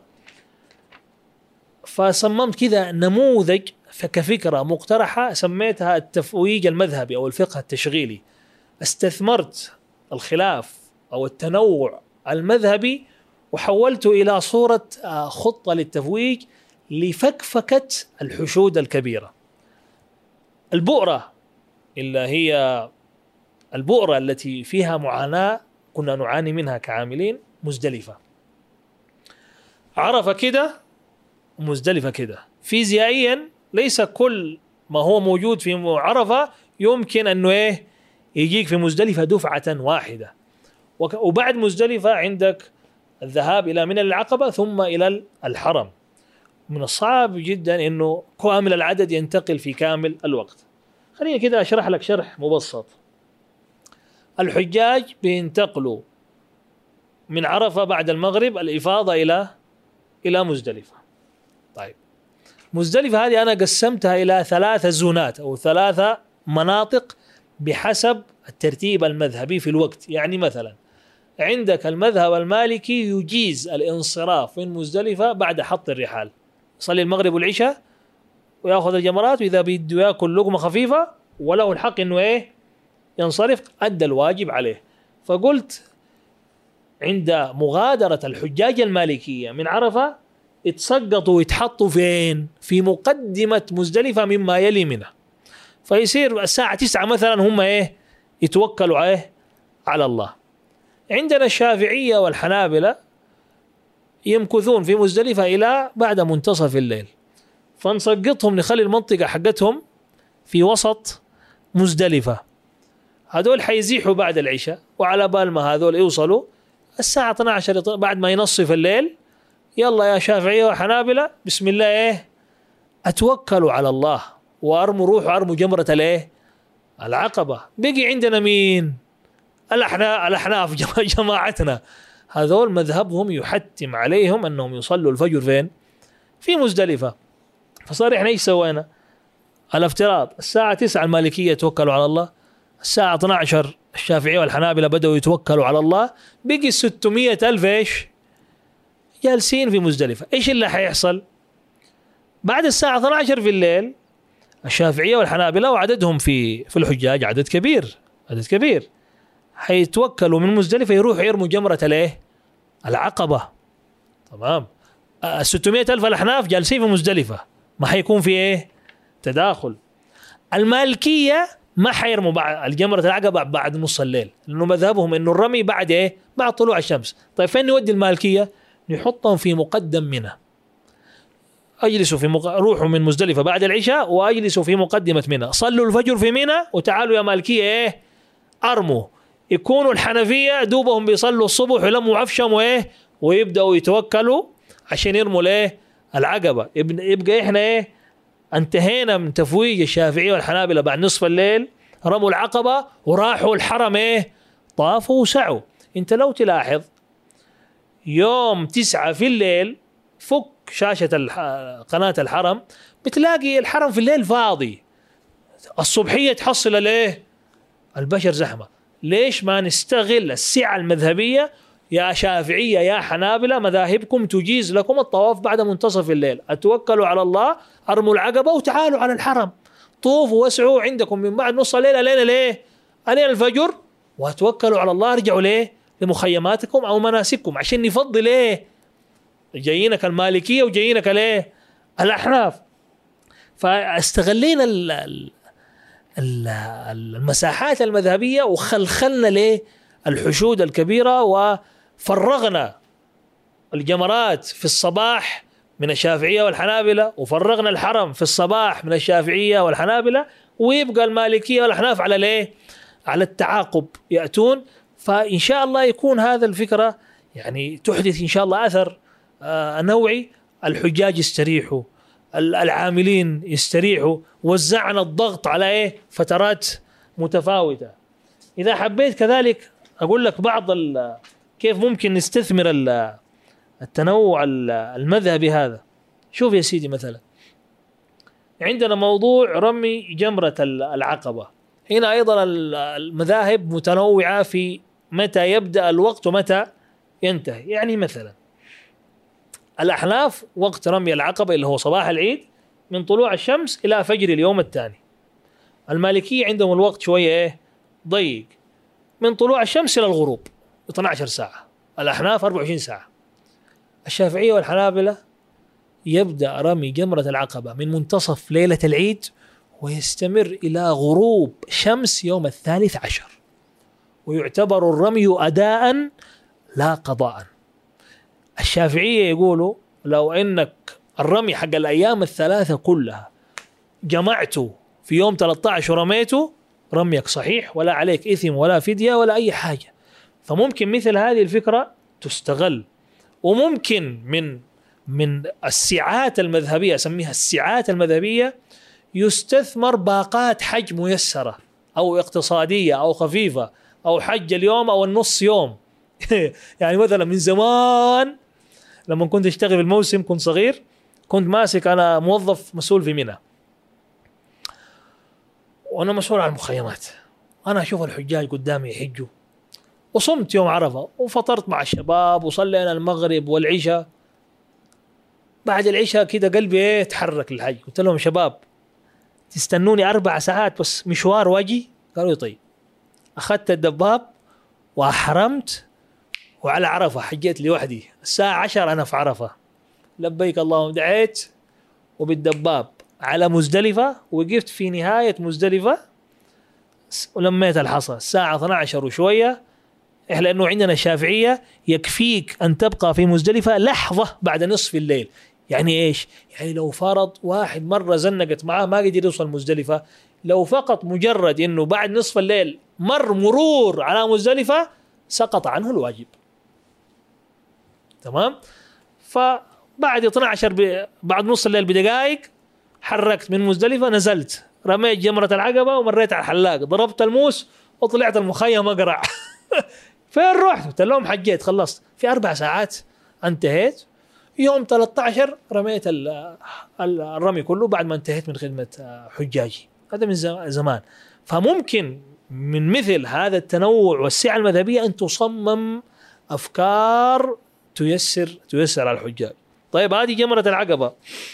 فصممت كذا نموذج كفكرة مقترحة، سميتها التفويج المذهبي أو الفقه التشغيلي. استثمرت الخلاف أو التنوع المذهبي وحولته إلى صورة خطة للتفويج لفكفكة الحشود الكبيرة. البؤرة اللي هي البؤرة التي فيها معاناة كنا نعاني منها كعاملين، مزدلفة. عرفة كده ومزدلفة كده. فيزيائيا ليس كل ما هو موجود في عرفة يمكن أنه يجيك في مزدلفة دفعة واحدة. وبعد مزدلفة عندك الذهاب إلى من العقبة ثم إلى الحرم. من الصعب جدا أنه كامل العدد ينتقل في كامل الوقت. خليني كده أشرح لك شرح مبسط. الحجاج بينتقلوا من عرفة بعد المغرب الإفاضة إلى مزدلفة. طيب مزدلفة هذه أنا قسمتها إلى 3 زونات أو 3 مناطق بحسب الترتيب المذهبي في الوقت. يعني مثلا عندك المذهب المالكي يجيز الانصراف من مزدلفة بعد حط الرحال، يصلي المغرب والعشاء ويأخذ الجمرات، وإذا بده يأكل لقمة خفيفة وله الحق إنه ينصرف، أدى الواجب عليه. فقلت عند مغادرة الحجاج المالكية من عرفة يتسقطوا ويتحطوا فين؟ في مقدمة مزدلفة مما يلي منها، فيصير الساعة 9 مثلا هم يتوكلوا على الله. عندنا الشافعية والحنابلة يمكثون في مزدلفة إلى بعد منتصف الليل، فنسقطهم نخلي المنطقة حقتهم في وسط مزدلفة. هذول حيزيحوا بعد العشاء، وعلى بال ما هذول يوصلوا الساعة 12 بعد ما ينصف الليل، يلا يا شافعية وحنابلة بسم الله أتوكلوا على الله وأرموا روح وأرموا جمرة العقبة. بقي عندنا مين؟ الأحناف جماعتنا، هذول مذهبهم يحتم عليهم أنهم يصلوا الفجر فين؟ في مزدلفة. فصار إحنا إيش سوينا؟ الافتراض الساعة 9 المالكية يتوكلوا على الله، الساعة 12 الشافعية والحنابلة بدأوا يتوكلوا على الله، بقي 600,000 جالسين في مزدلفة. إيش اللي حيحصل؟ بعد الساعة 12 في الليل الشافعية والحنابلة وعددهم في الحجاج عدد كبير حيتوكلوا من مزدلفة، يروحوا يرموا جمرة العقبة. تمام. 600,000 الأحناف جالسين في مزدلفة، ما حيكون في تداخل. المالكية ما حيرموا بعد الجمرة العقبة بعد نص الليل، لأنه مذهبهم إنه الرمي بعد بعد طلوع الشمس. طيب فين نودي المالكية؟ نحطهم في مقدم منى، أجلسوا روحوا من مزدلفة بعد العشاء وأجلسوا في مقدمة منى، صلوا الفجر في منى وتعالوا يا مالكية أرموا. يكونوا الحنفية دوبهم بيصلوا الصبح ولموا عفشهم ويبدأوا يتوكلوا عشان يرموا العقبة. يبقى إحنا إيه؟ انتهينا من تفويج الشافعية والحنابلة بعد نصف الليل، رموا العقبة وراحوا الحرم إيه؟ طافوا وسعوا. أنت لو تلاحظ يوم 9 في الليل فك شاشة قناة الحرم بتلاقي الحرم في الليل فاضي، الصبحية تحصل ليه؟ البشر زحمة. ليش ما نستغل السعة المذهبية يا شافعية يا حنابلة؟ مذاهبكم تجيز لكم الطواف بعد منتصف الليل، اتوكلوا على الله، ارموا العقبة وتعالوا على الحرم، طوفوا واسعوا عندكم من بعد نص الليل علينا ليه؟ علينا الفجر، واتوكلوا على الله، ارجعوا ليه؟ لمخيماتكم او مناسككم، عشان نفضل ليه؟ جايينك المالكية وجايينك ليه؟ الأحناف. فاستغلينا المساحات المذهبية وخلخلنا ليه الحشود الكبيرة، وفرغنا الجمرات في الصباح من الشافعية والحنابلة، وفرغنا الحرم في الصباح من الشافعية والحنابلة، ويبقى المالكية والأحناف على ليه؟ على التعاقب يأتون. فإن شاء الله يكون هذا الفكرة يعني تحدث إن شاء الله أثر نوعي، الحجاج يستريحوا، العاملين يستريحوا، وزعنا الضغط على إيه؟ فترات متفاوتة. إذا حبيت كذلك أقول لك بعض كيف ممكن نستثمر التنوع المذهبي هذا. شوف يا سيدي، مثلا عندنا موضوع رمي جمرة العقبة، هنا أيضا المذاهب متنوعة في متى يبدأ الوقت ومتى ينتهي. يعني مثلا الأحناف وقت رمي العقبة اللي هو صباح العيد من طلوع الشمس إلى فجر اليوم الثاني. المالكية عندهم الوقت شوية إيه؟ ضيق، من طلوع الشمس إلى الغروب 12 ساعة. الأحناف 24 ساعة. الشافعية والحنابلة يبدأ رمي جمرة العقبة من منتصف ليلة العيد ويستمر إلى غروب شمس يوم 13، ويعتبر الرمي أداء لا قضاء. الشافعية يقولوا لو إنك الرمي حق الأيام الثلاثة كلها جمعته في يوم 13 ورميته، رميك صحيح ولا عليك إثم ولا فدية ولا أي حاجة. فممكن مثل هذه الفكرة تستغل، وممكن من السعات المذهبية، أسميها السعات المذهبية، يستثمر باقات حج ميسرة أو اقتصادية أو خفيفة، أو حج اليوم أو النص يوم. يعني مثلا من زمان لما كنت أشتغل في الموسم، كنت صغير، كنت ماسك أنا موظف مسؤول في منى، وأنا مسؤول عن المخيمات. أنا أشوف الحجاج قدامي يحجوا، وصمت يوم عرفة وفطرت مع الشباب وصلينا المغرب والعشاء. بعد العشاء كده قلبي ايه تحرك للحج، قلت لهم شباب تستنوني 4 ساعات بس مشوار واجي؟ قالوا طيب. أخذت الدباب وأحرمت، وعلى عرفة حجيت لوحدي الساعة 10 أنا في عرفة، لبيك اللهم دعيت، وبالدباب على مزدلفة، وقفت في نهاية مزدلفة ولميت الحصى الساعة 12 وشوية. إحنا لأنه عندنا الشافعية يكفيك أن تبقى في مزدلفة لحظة بعد نصف الليل. يعني إيش؟ يعني لو فرض واحد مرة زنقت معاه ما قدر يوصل مزدلفة، لو فقط مجرد إنه بعد نصف الليل مرور على مزدلفة سقط عنه الواجب. تمام؟ فبعد 12 بعد نصف الليل بدقائق حركت من مزدلفة، نزلت رميت جمرة العقبة ومريت على الحلاق، ضربت الموس وطلعت المخيم أقرع. فين رحت؟ قلت لهم حجيت خلصت في 4 ساعات انتهيت. يوم 13 رميت الرمي كله بعد ما انتهيت من خدمة حجاجي. هذا من زمان. فممكن من مثل هذا التنوع والسعة المذهبية أن تصمم أفكار تيسر على الحجاج. طيب هذه جمرة العقبة.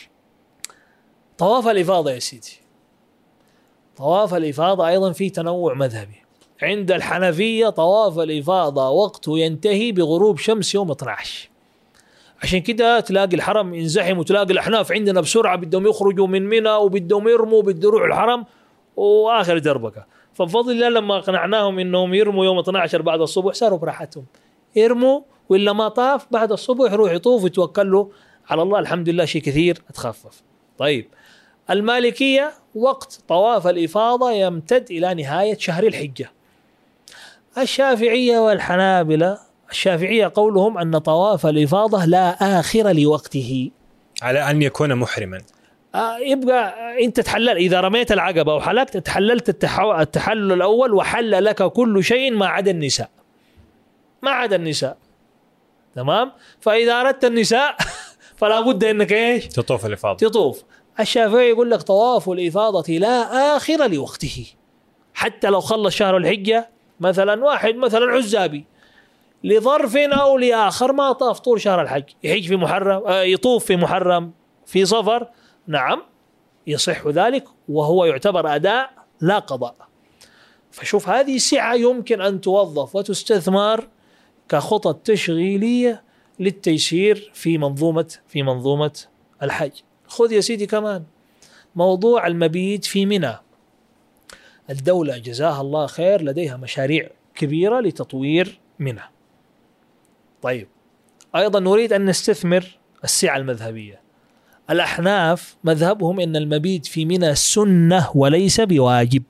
طواف الإفاضة يا سيدي، طواف الإفاضة أيضا في تنوع مذهبي. عند الحنفية طواف الإفاضة وقته ينتهي بغروب شمس يوم 12، عشان كده تلاقي الحرم ينزحم، وتلاقي الأحناف عندنا بسرعة بدهم يخرجوا من منى وبدهم يرموا بالدروع الحرم وآخر دربكة. فبفضل الله لما قنعناهم إنهم يرموا يوم 12 بعد الصبح صاروا براحتهم يرموا، وإلا ما طاف بعد الصبح يروح يطوف ويتوكلوا على الله. الحمد لله شيء كثير اتخفف. طيب المالكية وقت طواف الإفاضة يمتد إلى نهاية شهر الحجة. الشافعية والحنابلة، الشافعية قولهم أن طواف الإفاضة لا آخر لوقته، على أن يكون محرما. يبقى أنت تحلل، إذا رميت العقبة وحلقت تحللت التحلل الأول، وحل لك كل شيء ما عدا النساء، ما عدا النساء. تمام. فإذا أردت النساء فلا بد أنك إيش؟ تطوف الإفاضة. تطوف. الشافعي يقول لك طواف الإفاضة لا آخر لوقته، حتى لو خلص شهر الحجة مثلا، واحد مثلا عزابي لظرف أو لآخر ما طاف طول شهر الحج، يحج في محرم، يطوف في محرم، في صفر، نعم يصح ذلك، وهو يعتبر أداء لا قضاء. فشوف هذه سعة يمكن أن توظف وتستثمر كخطط تشغيلية للتيسير في منظومة الحج. خذ يا سيدي كمان موضوع المبيت في منى. الدولة جزاها الله خير لديها مشاريع كبيرة لتطوير منى. طيب أيضا نريد أن نستثمر السعة المذهبية. الأحناف مذهبهم أن المبيت في منى سنة وليس بواجب.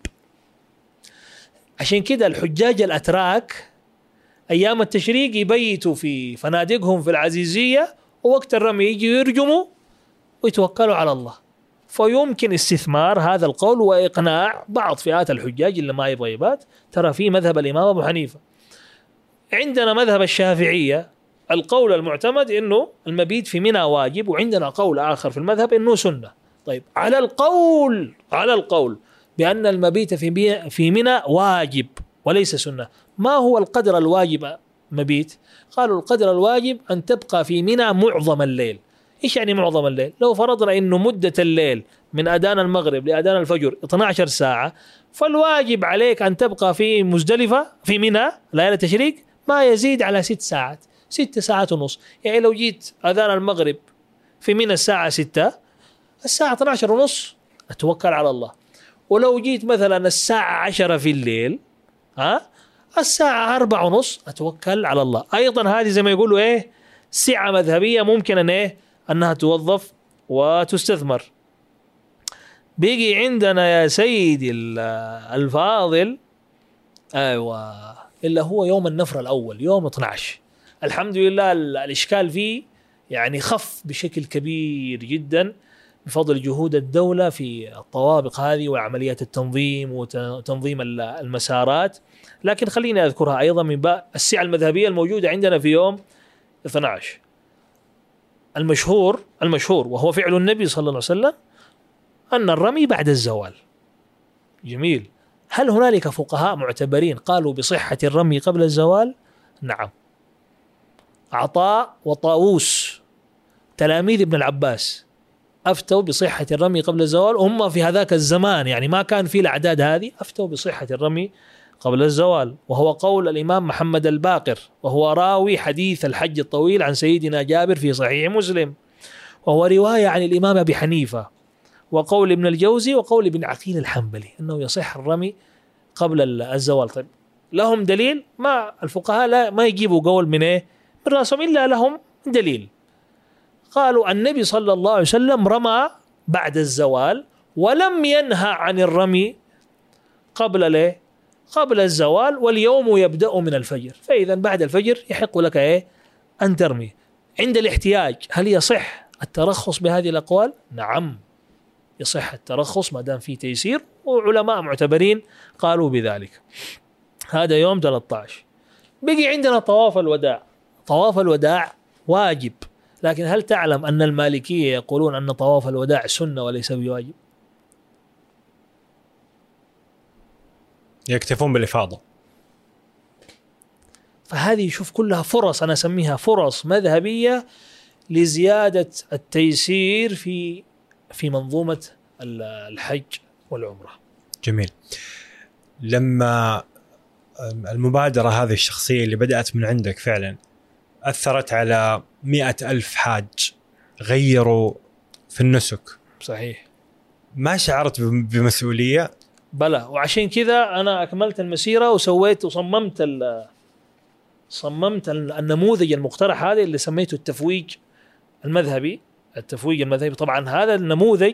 عشان كده الحجاج الأتراك أيام التشريق يبيتوا في فنادقهم في العزيزية، ووقت الرمي يجي يرجموا ويتوكلوا على الله. فيمكن استثمار هذا القول وإقناع بعض فئات الحجاج اللي ما يبغى يبات. ترى في مذهب الإمام أبو حنيفة، عندنا مذهب الشافعية القول المعتمد إنه المبيت في منى واجب، وعندنا قول آخر في المذهب إنه سنة. طيب على القول بأن المبيت في منى واجب وليس سنة، ما هو القدر الواجب مبيت؟ قالوا القدر الواجب أن تبقى في منى معظم الليل. إيش يعني معظم الليل؟ لو فرضنا إنه مدة الليل من أذان المغرب لأذان الفجر 12 ساعة، فالواجب عليك أن تبقى في مزدلفة في منى ليلة التشريق ما يزيد على 6 ساعات، 6 ساعات ونص. يعني لو جيت أذان المغرب في منى الساعة 6، الساعة 12 ونص أتوكل على الله. ولو جيت مثلا الساعة 10 في الليل، الساعة 4 ونص أتوكل على الله. أيضا هذه زي ما يقولوا إيه، سعة مذهبية ممكن أن إيه أنها توظف وتستثمر. بيجي عندنا يا سيدي الفاضل، أيوة، إلا هو يوم النفر الأول يوم 12. الحمد لله الإشكال فيه يعني خف بشكل كبير جدا بفضل جهود الدولة في الطوابق هذه وعمليات التنظيم وتنظيم المسارات. لكن خليني أذكرها أيضا من باب السعة المذهبية الموجودة عندنا في يوم 12. المشهور وهو فعل النبي صلى الله عليه وسلم أن الرمي بعد الزوال. جميل. هل هنالك فقهاء معتبرين قالوا بصحة الرمي قبل الزوال؟ نعم. عطاء وطاووس تلاميذ ابن العباس أفتوا بصحة الرمي قبل الزوال، هم في هذاك الزمان يعني ما كان في الأعداد هذه، أفتوا بصحة الرمي قبل الزوال. وهو قول الإمام محمد الباقر، وهو راوي حديث الحج الطويل عن سيدنا جابر في صحيح مسلم، وهو رواية عن الإمام أبي حنيفة، وقول ابن الجوزي وقول ابن عقيل الحنبلي أنه يصح الرمي قبل الزوال. طيب لهم دليل؟ ما الفقهاء لا ما يجيبوا قول من إيه من رأسهم إلا لهم دليل. قالوا النبي صلى الله عليه وسلم رمى بعد الزوال ولم ينهى عن الرمي قبل الزوال، واليوم يبدأ من الفجر، فإذا بعد الفجر يحق لك إيه أن ترمي. عند الاحتياج هل يصح الترخص بهذه الأقوال؟ نعم يصح الترخص ما دام في تيسير، وعلماء معتبرين قالوا بذلك. هذا يوم 13. بقي عندنا طواف الوداع. طواف الوداع واجب، لكن هل تعلم أن المالكية يقولون أن طواف الوداع سنة وليس بواجب؟ يكتفون بالإفاضة. فهذه شوف كلها فرص، أنا أسميها فرص مذهبية لزيادة التيسير في منظومة الحج والعمرة. جميل. لما المبادرة هذه الشخصية اللي بدأت من عندك فعلا أثرت على 100,000 حاج غيروا في النسك، صحيح، ما شعرت بمسؤولية؟ بلى، وعشان كذا أنا أكملت المسيرة وصممت النموذج المقترح هذا اللي سميته التفويج المذهبي. طبعا هذا النموذج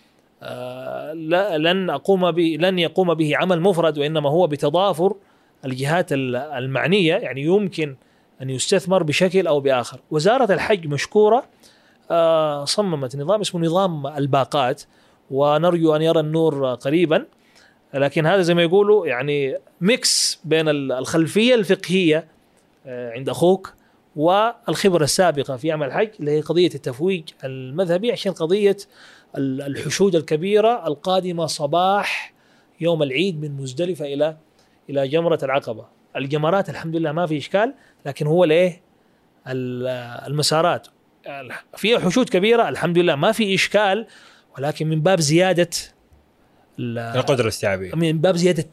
لن يقوم به عمل مفرد، وإنما هو بتضافر الجهات المعنية، يعني يمكن أن يستثمر بشكل أو بآخر. وزارة الحج مشكورة صممت نظام اسمه نظام الباقات، ونرجو أن يرى النور قريبا. لكن هذا زي ما يقولوا يعني ميكس بين الخلفية الفقهية عند أخوك والخبرة السابقة في عمل الحج، اللي هي قضية التفويج المذهبي عشان قضية الحشود الكبيرة القادمة صباح يوم العيد من مزدلفة إلى جمرة العقبة. الجمرات الحمد لله ما في إشكال، لكن هو ليه المسارات فيها حشود كبيرة الحمد لله ما في إشكال، ولكن من باب زيادة القدرة الاستيعابية، من باب زيادة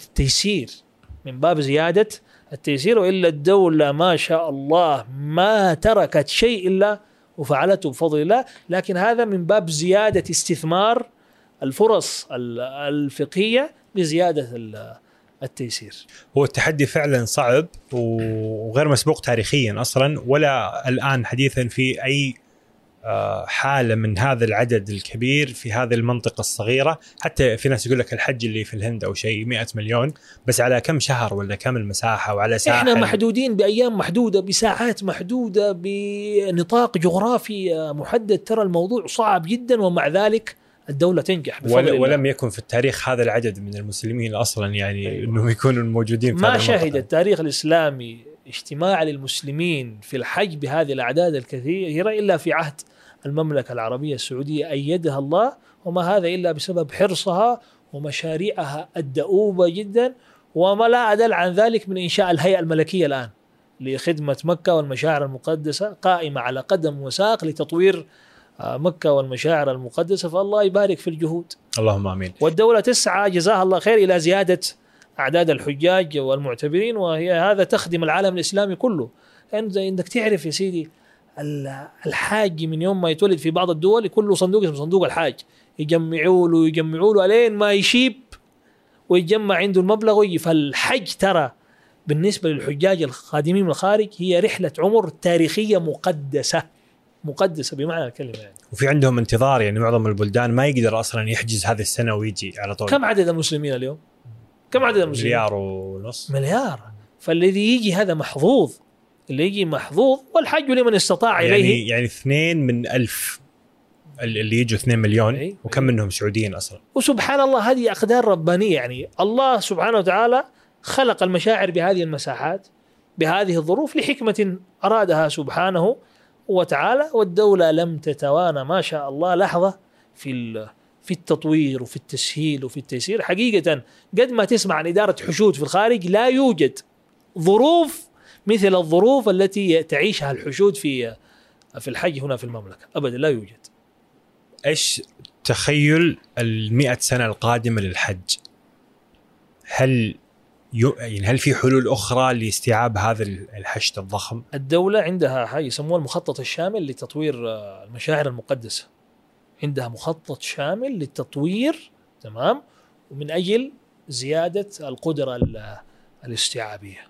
التيسير، وإلا الدولة ما شاء الله ما تركت شيء إلا وفعلته بفضل الله. لكن هذا من باب زيادة استثمار الفرص الفقهية بزيادة التيسير. هو التحدي فعلا صعب وغير مسبوق تاريخيا أصلا، ولا الآن حديثا في أي حالة من هذا العدد الكبير في هذه المنطقة الصغيرة. حتى في ناس يقول لك الحج اللي في الهند أو شيء 100 مليون، بس على كم شهر ولا كم المساحة وعلى ساحة. إحنا محدودين بأيام محدودة، بساعات محدودة، بنطاق جغرافي محدد. ترى الموضوع صعب جدا، ومع ذلك الدولة تنجح بفضل الله. ولم يكن في التاريخ هذا العدد من المسلمين أصلا يعني أيوة. أنهم يكونوا موجودين في ما شهد التاريخ الإسلامي اجتماع للمسلمين في الحج بهذه الأعداد الكثيرة إلا في عهد المملكة العربية السعودية أيدها الله، وما هذا إلا بسبب حرصها ومشاريعها الدؤوبة جدا. وما لا أدل عن ذلك من إنشاء الهيئة الملكية الآن لخدمة مكة والمشاعر المقدسة، قائمة على قدم وساق لتطوير مكة والمشاعر المقدسة. فالله يبارك في الجهود، اللهم آمين. والدولة تسعى جزاها الله خير إلى زيادة أعداد الحجاج والمعتبرين، وهي هذا تخدم العالم الإسلامي كله. عندك تعرف يا سيدي الحاج من يوم ما يتولد في بعض الدول يكون له صندوق اسمه صندوق الحاج، يجمعوا له علين ما يشيب ويجمع عنده المبلغ ويجي. فالحج ترى بالنسبة للحجاج القادمين من الخارج هي رحلة عمر تاريخية مقدسة بمعنى الكلمة يعني. وفي عندهم انتظار، يعني معظم البلدان ما يقدر أصلا يحجز هذه السنة ويجي على طول. كم عدد المسلمين اليوم؟ كم عدد المسلمين؟ 1.5 مليار. فالذي يجي هذا محظوظ، اللي يجي محظوظ. والحج لمن استطاع إليه يعني 2 من 1000 اللي يجوا 2 مليون وكم منهم سعوديين أصلا. وسبحان الله هذه أقدار ربانية، يعني الله سبحانه وتعالى خلق المشاعر بهذه المساحات بهذه الظروف لحكمة أرادها سبحانه وتعالى. والدولة لم تتوانى ما شاء الله لحظة في التطوير وفي التسهيل وفي التيسير. حقيقة قد ما تسمع عن إدارة حشود في الخارج لا يوجد ظروف مثل الظروف التي تعيشها الحشود في الحج هنا في المملكة، أبدا لا يوجد. إيش تخيل 100 سنة القادمة للحج؟ هل في حلول أخرى لاستيعاب هذا الحشد الضخم؟ الدولة عندها حاجة يسموها المخطط الشامل لتطوير المشاعر المقدسة. عندها مخطط شامل للتطوير، تمام، ومن أجل زيادة القدرة الاستيعابية.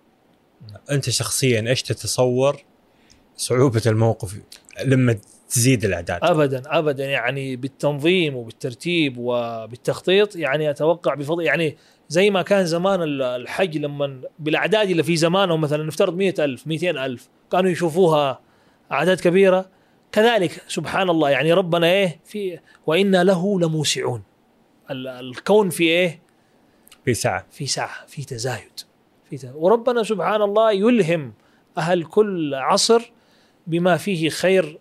أنت شخصيا إيش تتصور صعوبة الموقف لما تزيد الأعداد؟ أبدا يعني بالتنظيم وبالترتيب وبالتخطيط. يعني أتوقع بفضل يعني زي ما كان زمان الحج لما بالأعداد اللي في زمانهم مثلا نفترض 100,000 200,000 كانوا يشوفوها أعداد كبيرة، كذلك سبحان الله يعني ربنا في وإنا له لموسعون. الكون في في سعة في تزايد وربنا سبحان الله يلهم أهل كل عصر بما فيه خير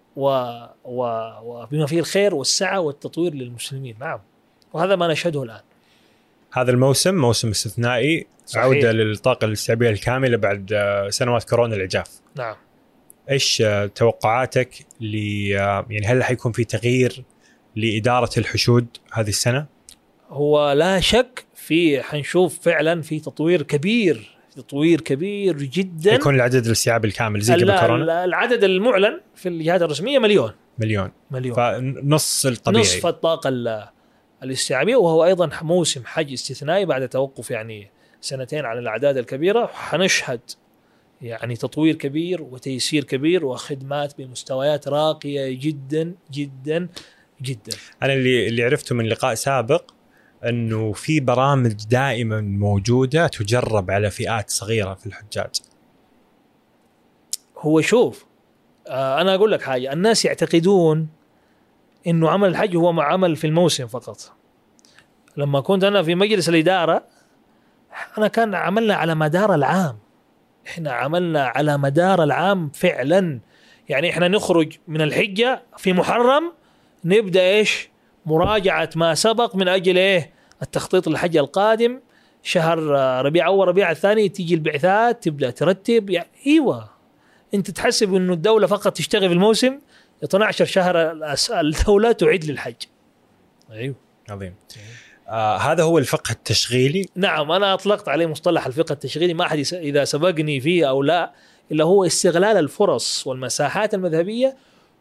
وبما فيه الخير والسعة والتطوير للمسلمين. نعم، وهذا ما نشهده الآن. هذا الموسم موسم استثنائي، صحيح. عودة للطاقة الاستيعابية الكاملة بعد سنوات كورونا العجاف. نعم. إيش توقعاتك يعني هل حيكون في تغيير لإدارة الحشود هذه السنة؟ هو لا شك حنشوف فعلا في تطوير كبير جدا. يكون العدد الاستيعابي الكامل زي قبل كورونا؟ العدد المعلن في الجهات الرسمية مليون. فنص الطبيعي، نصف الطاقة الاستيعابية. وهو أيضا موسم حج استثنائي بعد توقف يعني 2 عن الأعداد الكبيرة. حنشهد يعني تطوير كبير وتيسير كبير وخدمات بمستويات راقية جدا جدا جدا. أنا اللي عرفته من لقاء سابق أنه في برامج دائما موجودة تجرب على فئات صغيرة في الحجاج. هو شوف أنا أقول لك حاجة، الناس يعتقدون إنه عمل الحج هو عمل في الموسم فقط. لما كنت أنا في مجلس الإدارة أنا كان عملنا على مدار العام، إحنا عملنا على مدار العام فعلا. يعني إحنا نخرج من الحجة في محرم نبدأ إيش مراجعة ما سبق من أجل إيه التخطيط للحج القادم، شهر ربيع أول ربيع الثاني تيجي البعثات تبدأ ترتب. يعني أيوة أنت تحسب إنه الدولة فقط تشتغل في الموسم، 12 شهر الدولة تعد للحج. أيوة عظيم. هذا هو الفقه التشغيلي. نعم أنا أطلقت عليه مصطلح الفقه التشغيلي، ما أحد إذا سبقني فيه أو لا، إلا هو استغلال الفرص والمساحات المذهبية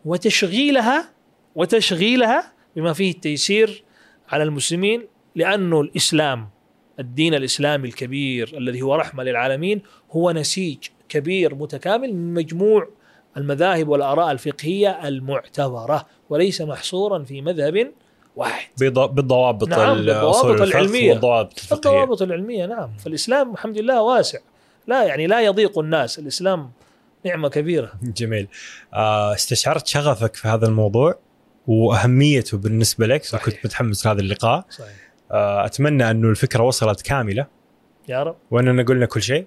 وتشغيلها بما فيه التيسير على المسلمين. لأنه الإسلام الدين الإسلامي الكبير الذي هو رحمة للعالمين هو نسيج كبير متكامل من مجموع المذاهب والآراء الفقهية المعتبرة، وليس محصورا في مذهب واحد بالضوابط نعم العلمية والضوابط العلمية. نعم فالإسلام الحمد لله واسع، لا يعني لا يضيق الناس، الإسلام نعمة كبيرة. جميل. استشعرت شغفك في هذا الموضوع وأهميته بالنسبة لك. صحيح. وكنت متحمس لهذا اللقاء. صحيح. أتمنى أنه الفكرة وصلت كاملة يا رب، وأننا قلنا كل شيء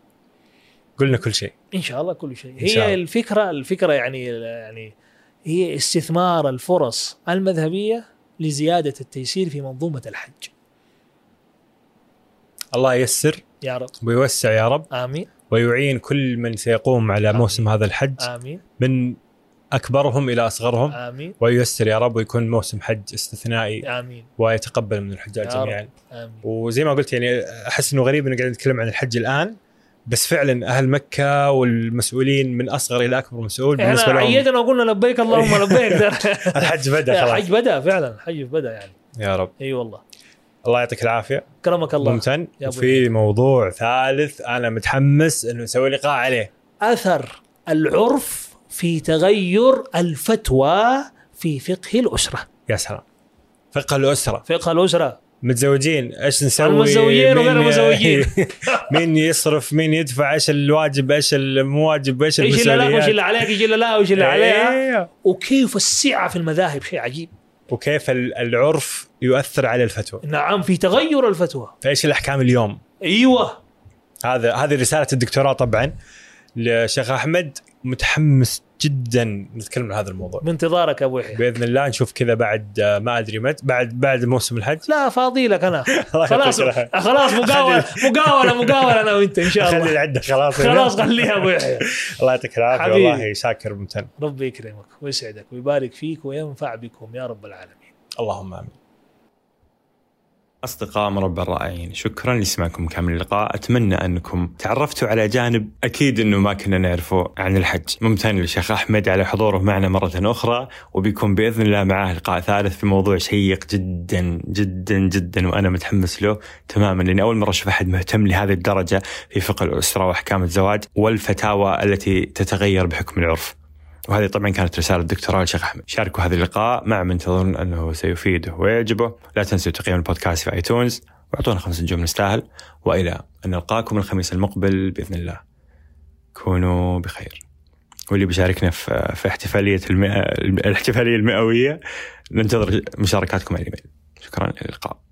إن شاء الله كل شيء. هي الفكرة يعني هي استثمار الفرص المذهبية لزيادة التيسير في منظومة الحج. الله ييسر يا رب ويوسع يا رب. آمين. ويعين كل من سيقوم على آمين. موسم هذا الحج. آمين. من أكبرهم إلى أصغرهم. آمين. وييسر يا رب ويكون موسم حج استثنائي. آمين. ويتقبل من الحجاج جميعا. آمين. وزي ما قلت يعني أحس إنه غريب إنه قاعد نتكلم عن الحج الآن، بس فعلا أهل مكة والمسؤولين من أصغر إلى أكبر مسؤول بالنسبة لهم عيدنا وقلنا لبيك اللهم لبيك. الحج بدأ خلاص. الحج بدأ فعلا، الحج بدأ يعني. يا رب. أي والله. الله يعطيك العافية. كرمك الله. ممتن. وفي موضوع ثالث أنا متحمس إنه نسوي لقاء عليه، أثر العرف في تغير الفتوى في فقه الأسرة. يا سلام. فقه الأسرة متزوجين ايش نسوي؟ المتزوجين وغير المتزوجين. مين يصرف، مين يدفع، ايش الواجب، ايش المواجب، ايش المسؤوليات، ايش اللي عليك، ايش اللي لا، وايش اللي عليها. وكيف السعة في المذاهب شيء عجيب، وكيف العرف يؤثر على الفتوى. نعم في تغير الفتوى. ايش الاحكام اليوم. ايوه هذه رسالة الدكتوراه طبعا لشيخ أحمد. متحمس جدا نتكلم عن هذا الموضوع. بانتظارك ابو يحيى باذن الله. نشوف كذا بعد ما ادري متى، بعد موسم الحج. لا فاضي لك انا. خلاص مقاولة انا وانت ان شاء الله. خلي العده خلاص خليها ابو يحيى. الله يعطيك العافيه والله شاكر ممتن. ربي يكرمك ويسعدك ويبارك فيك وينفع بكم يا رب العالمين. اللهم امين. أصدقاء مربع الرائعين، شكرا لسماعكم كامل اللقاء. أتمنى أنكم تعرفتوا على جانب أكيد أنه ما كنا نعرفه عن الحج. ممتن للشيخ أحمد على حضوره معنا مرة أخرى، وبيكون بإذن الله معاه لقاء ثالث في موضوع شيق جدا جدا جدا، وأنا متحمس له تماما، لأن أول مرة أشوف أحد مهتم لهذه الدرجة في فقه الأسرة وأحكام الزواج والفتاوى التي تتغير بحكم العرف. وهذه طبعا كانت رسالة الدكتوراه للشيخ أحمد. شاركوا هذا اللقاء مع من تظن أنه سيفيده ويعجبه. لا تنسوا تقييم البودكاست في آيتونز واعطونا 5 نجوم نستاهل. وإلى أن نلقاكم الخميس المقبل بإذن الله. كونوا بخير. واللي بيشاركنا في الاحتفالية المئوية ننتظر مشاركاتكم على الإيميل. شكرا، إلى اللقاء.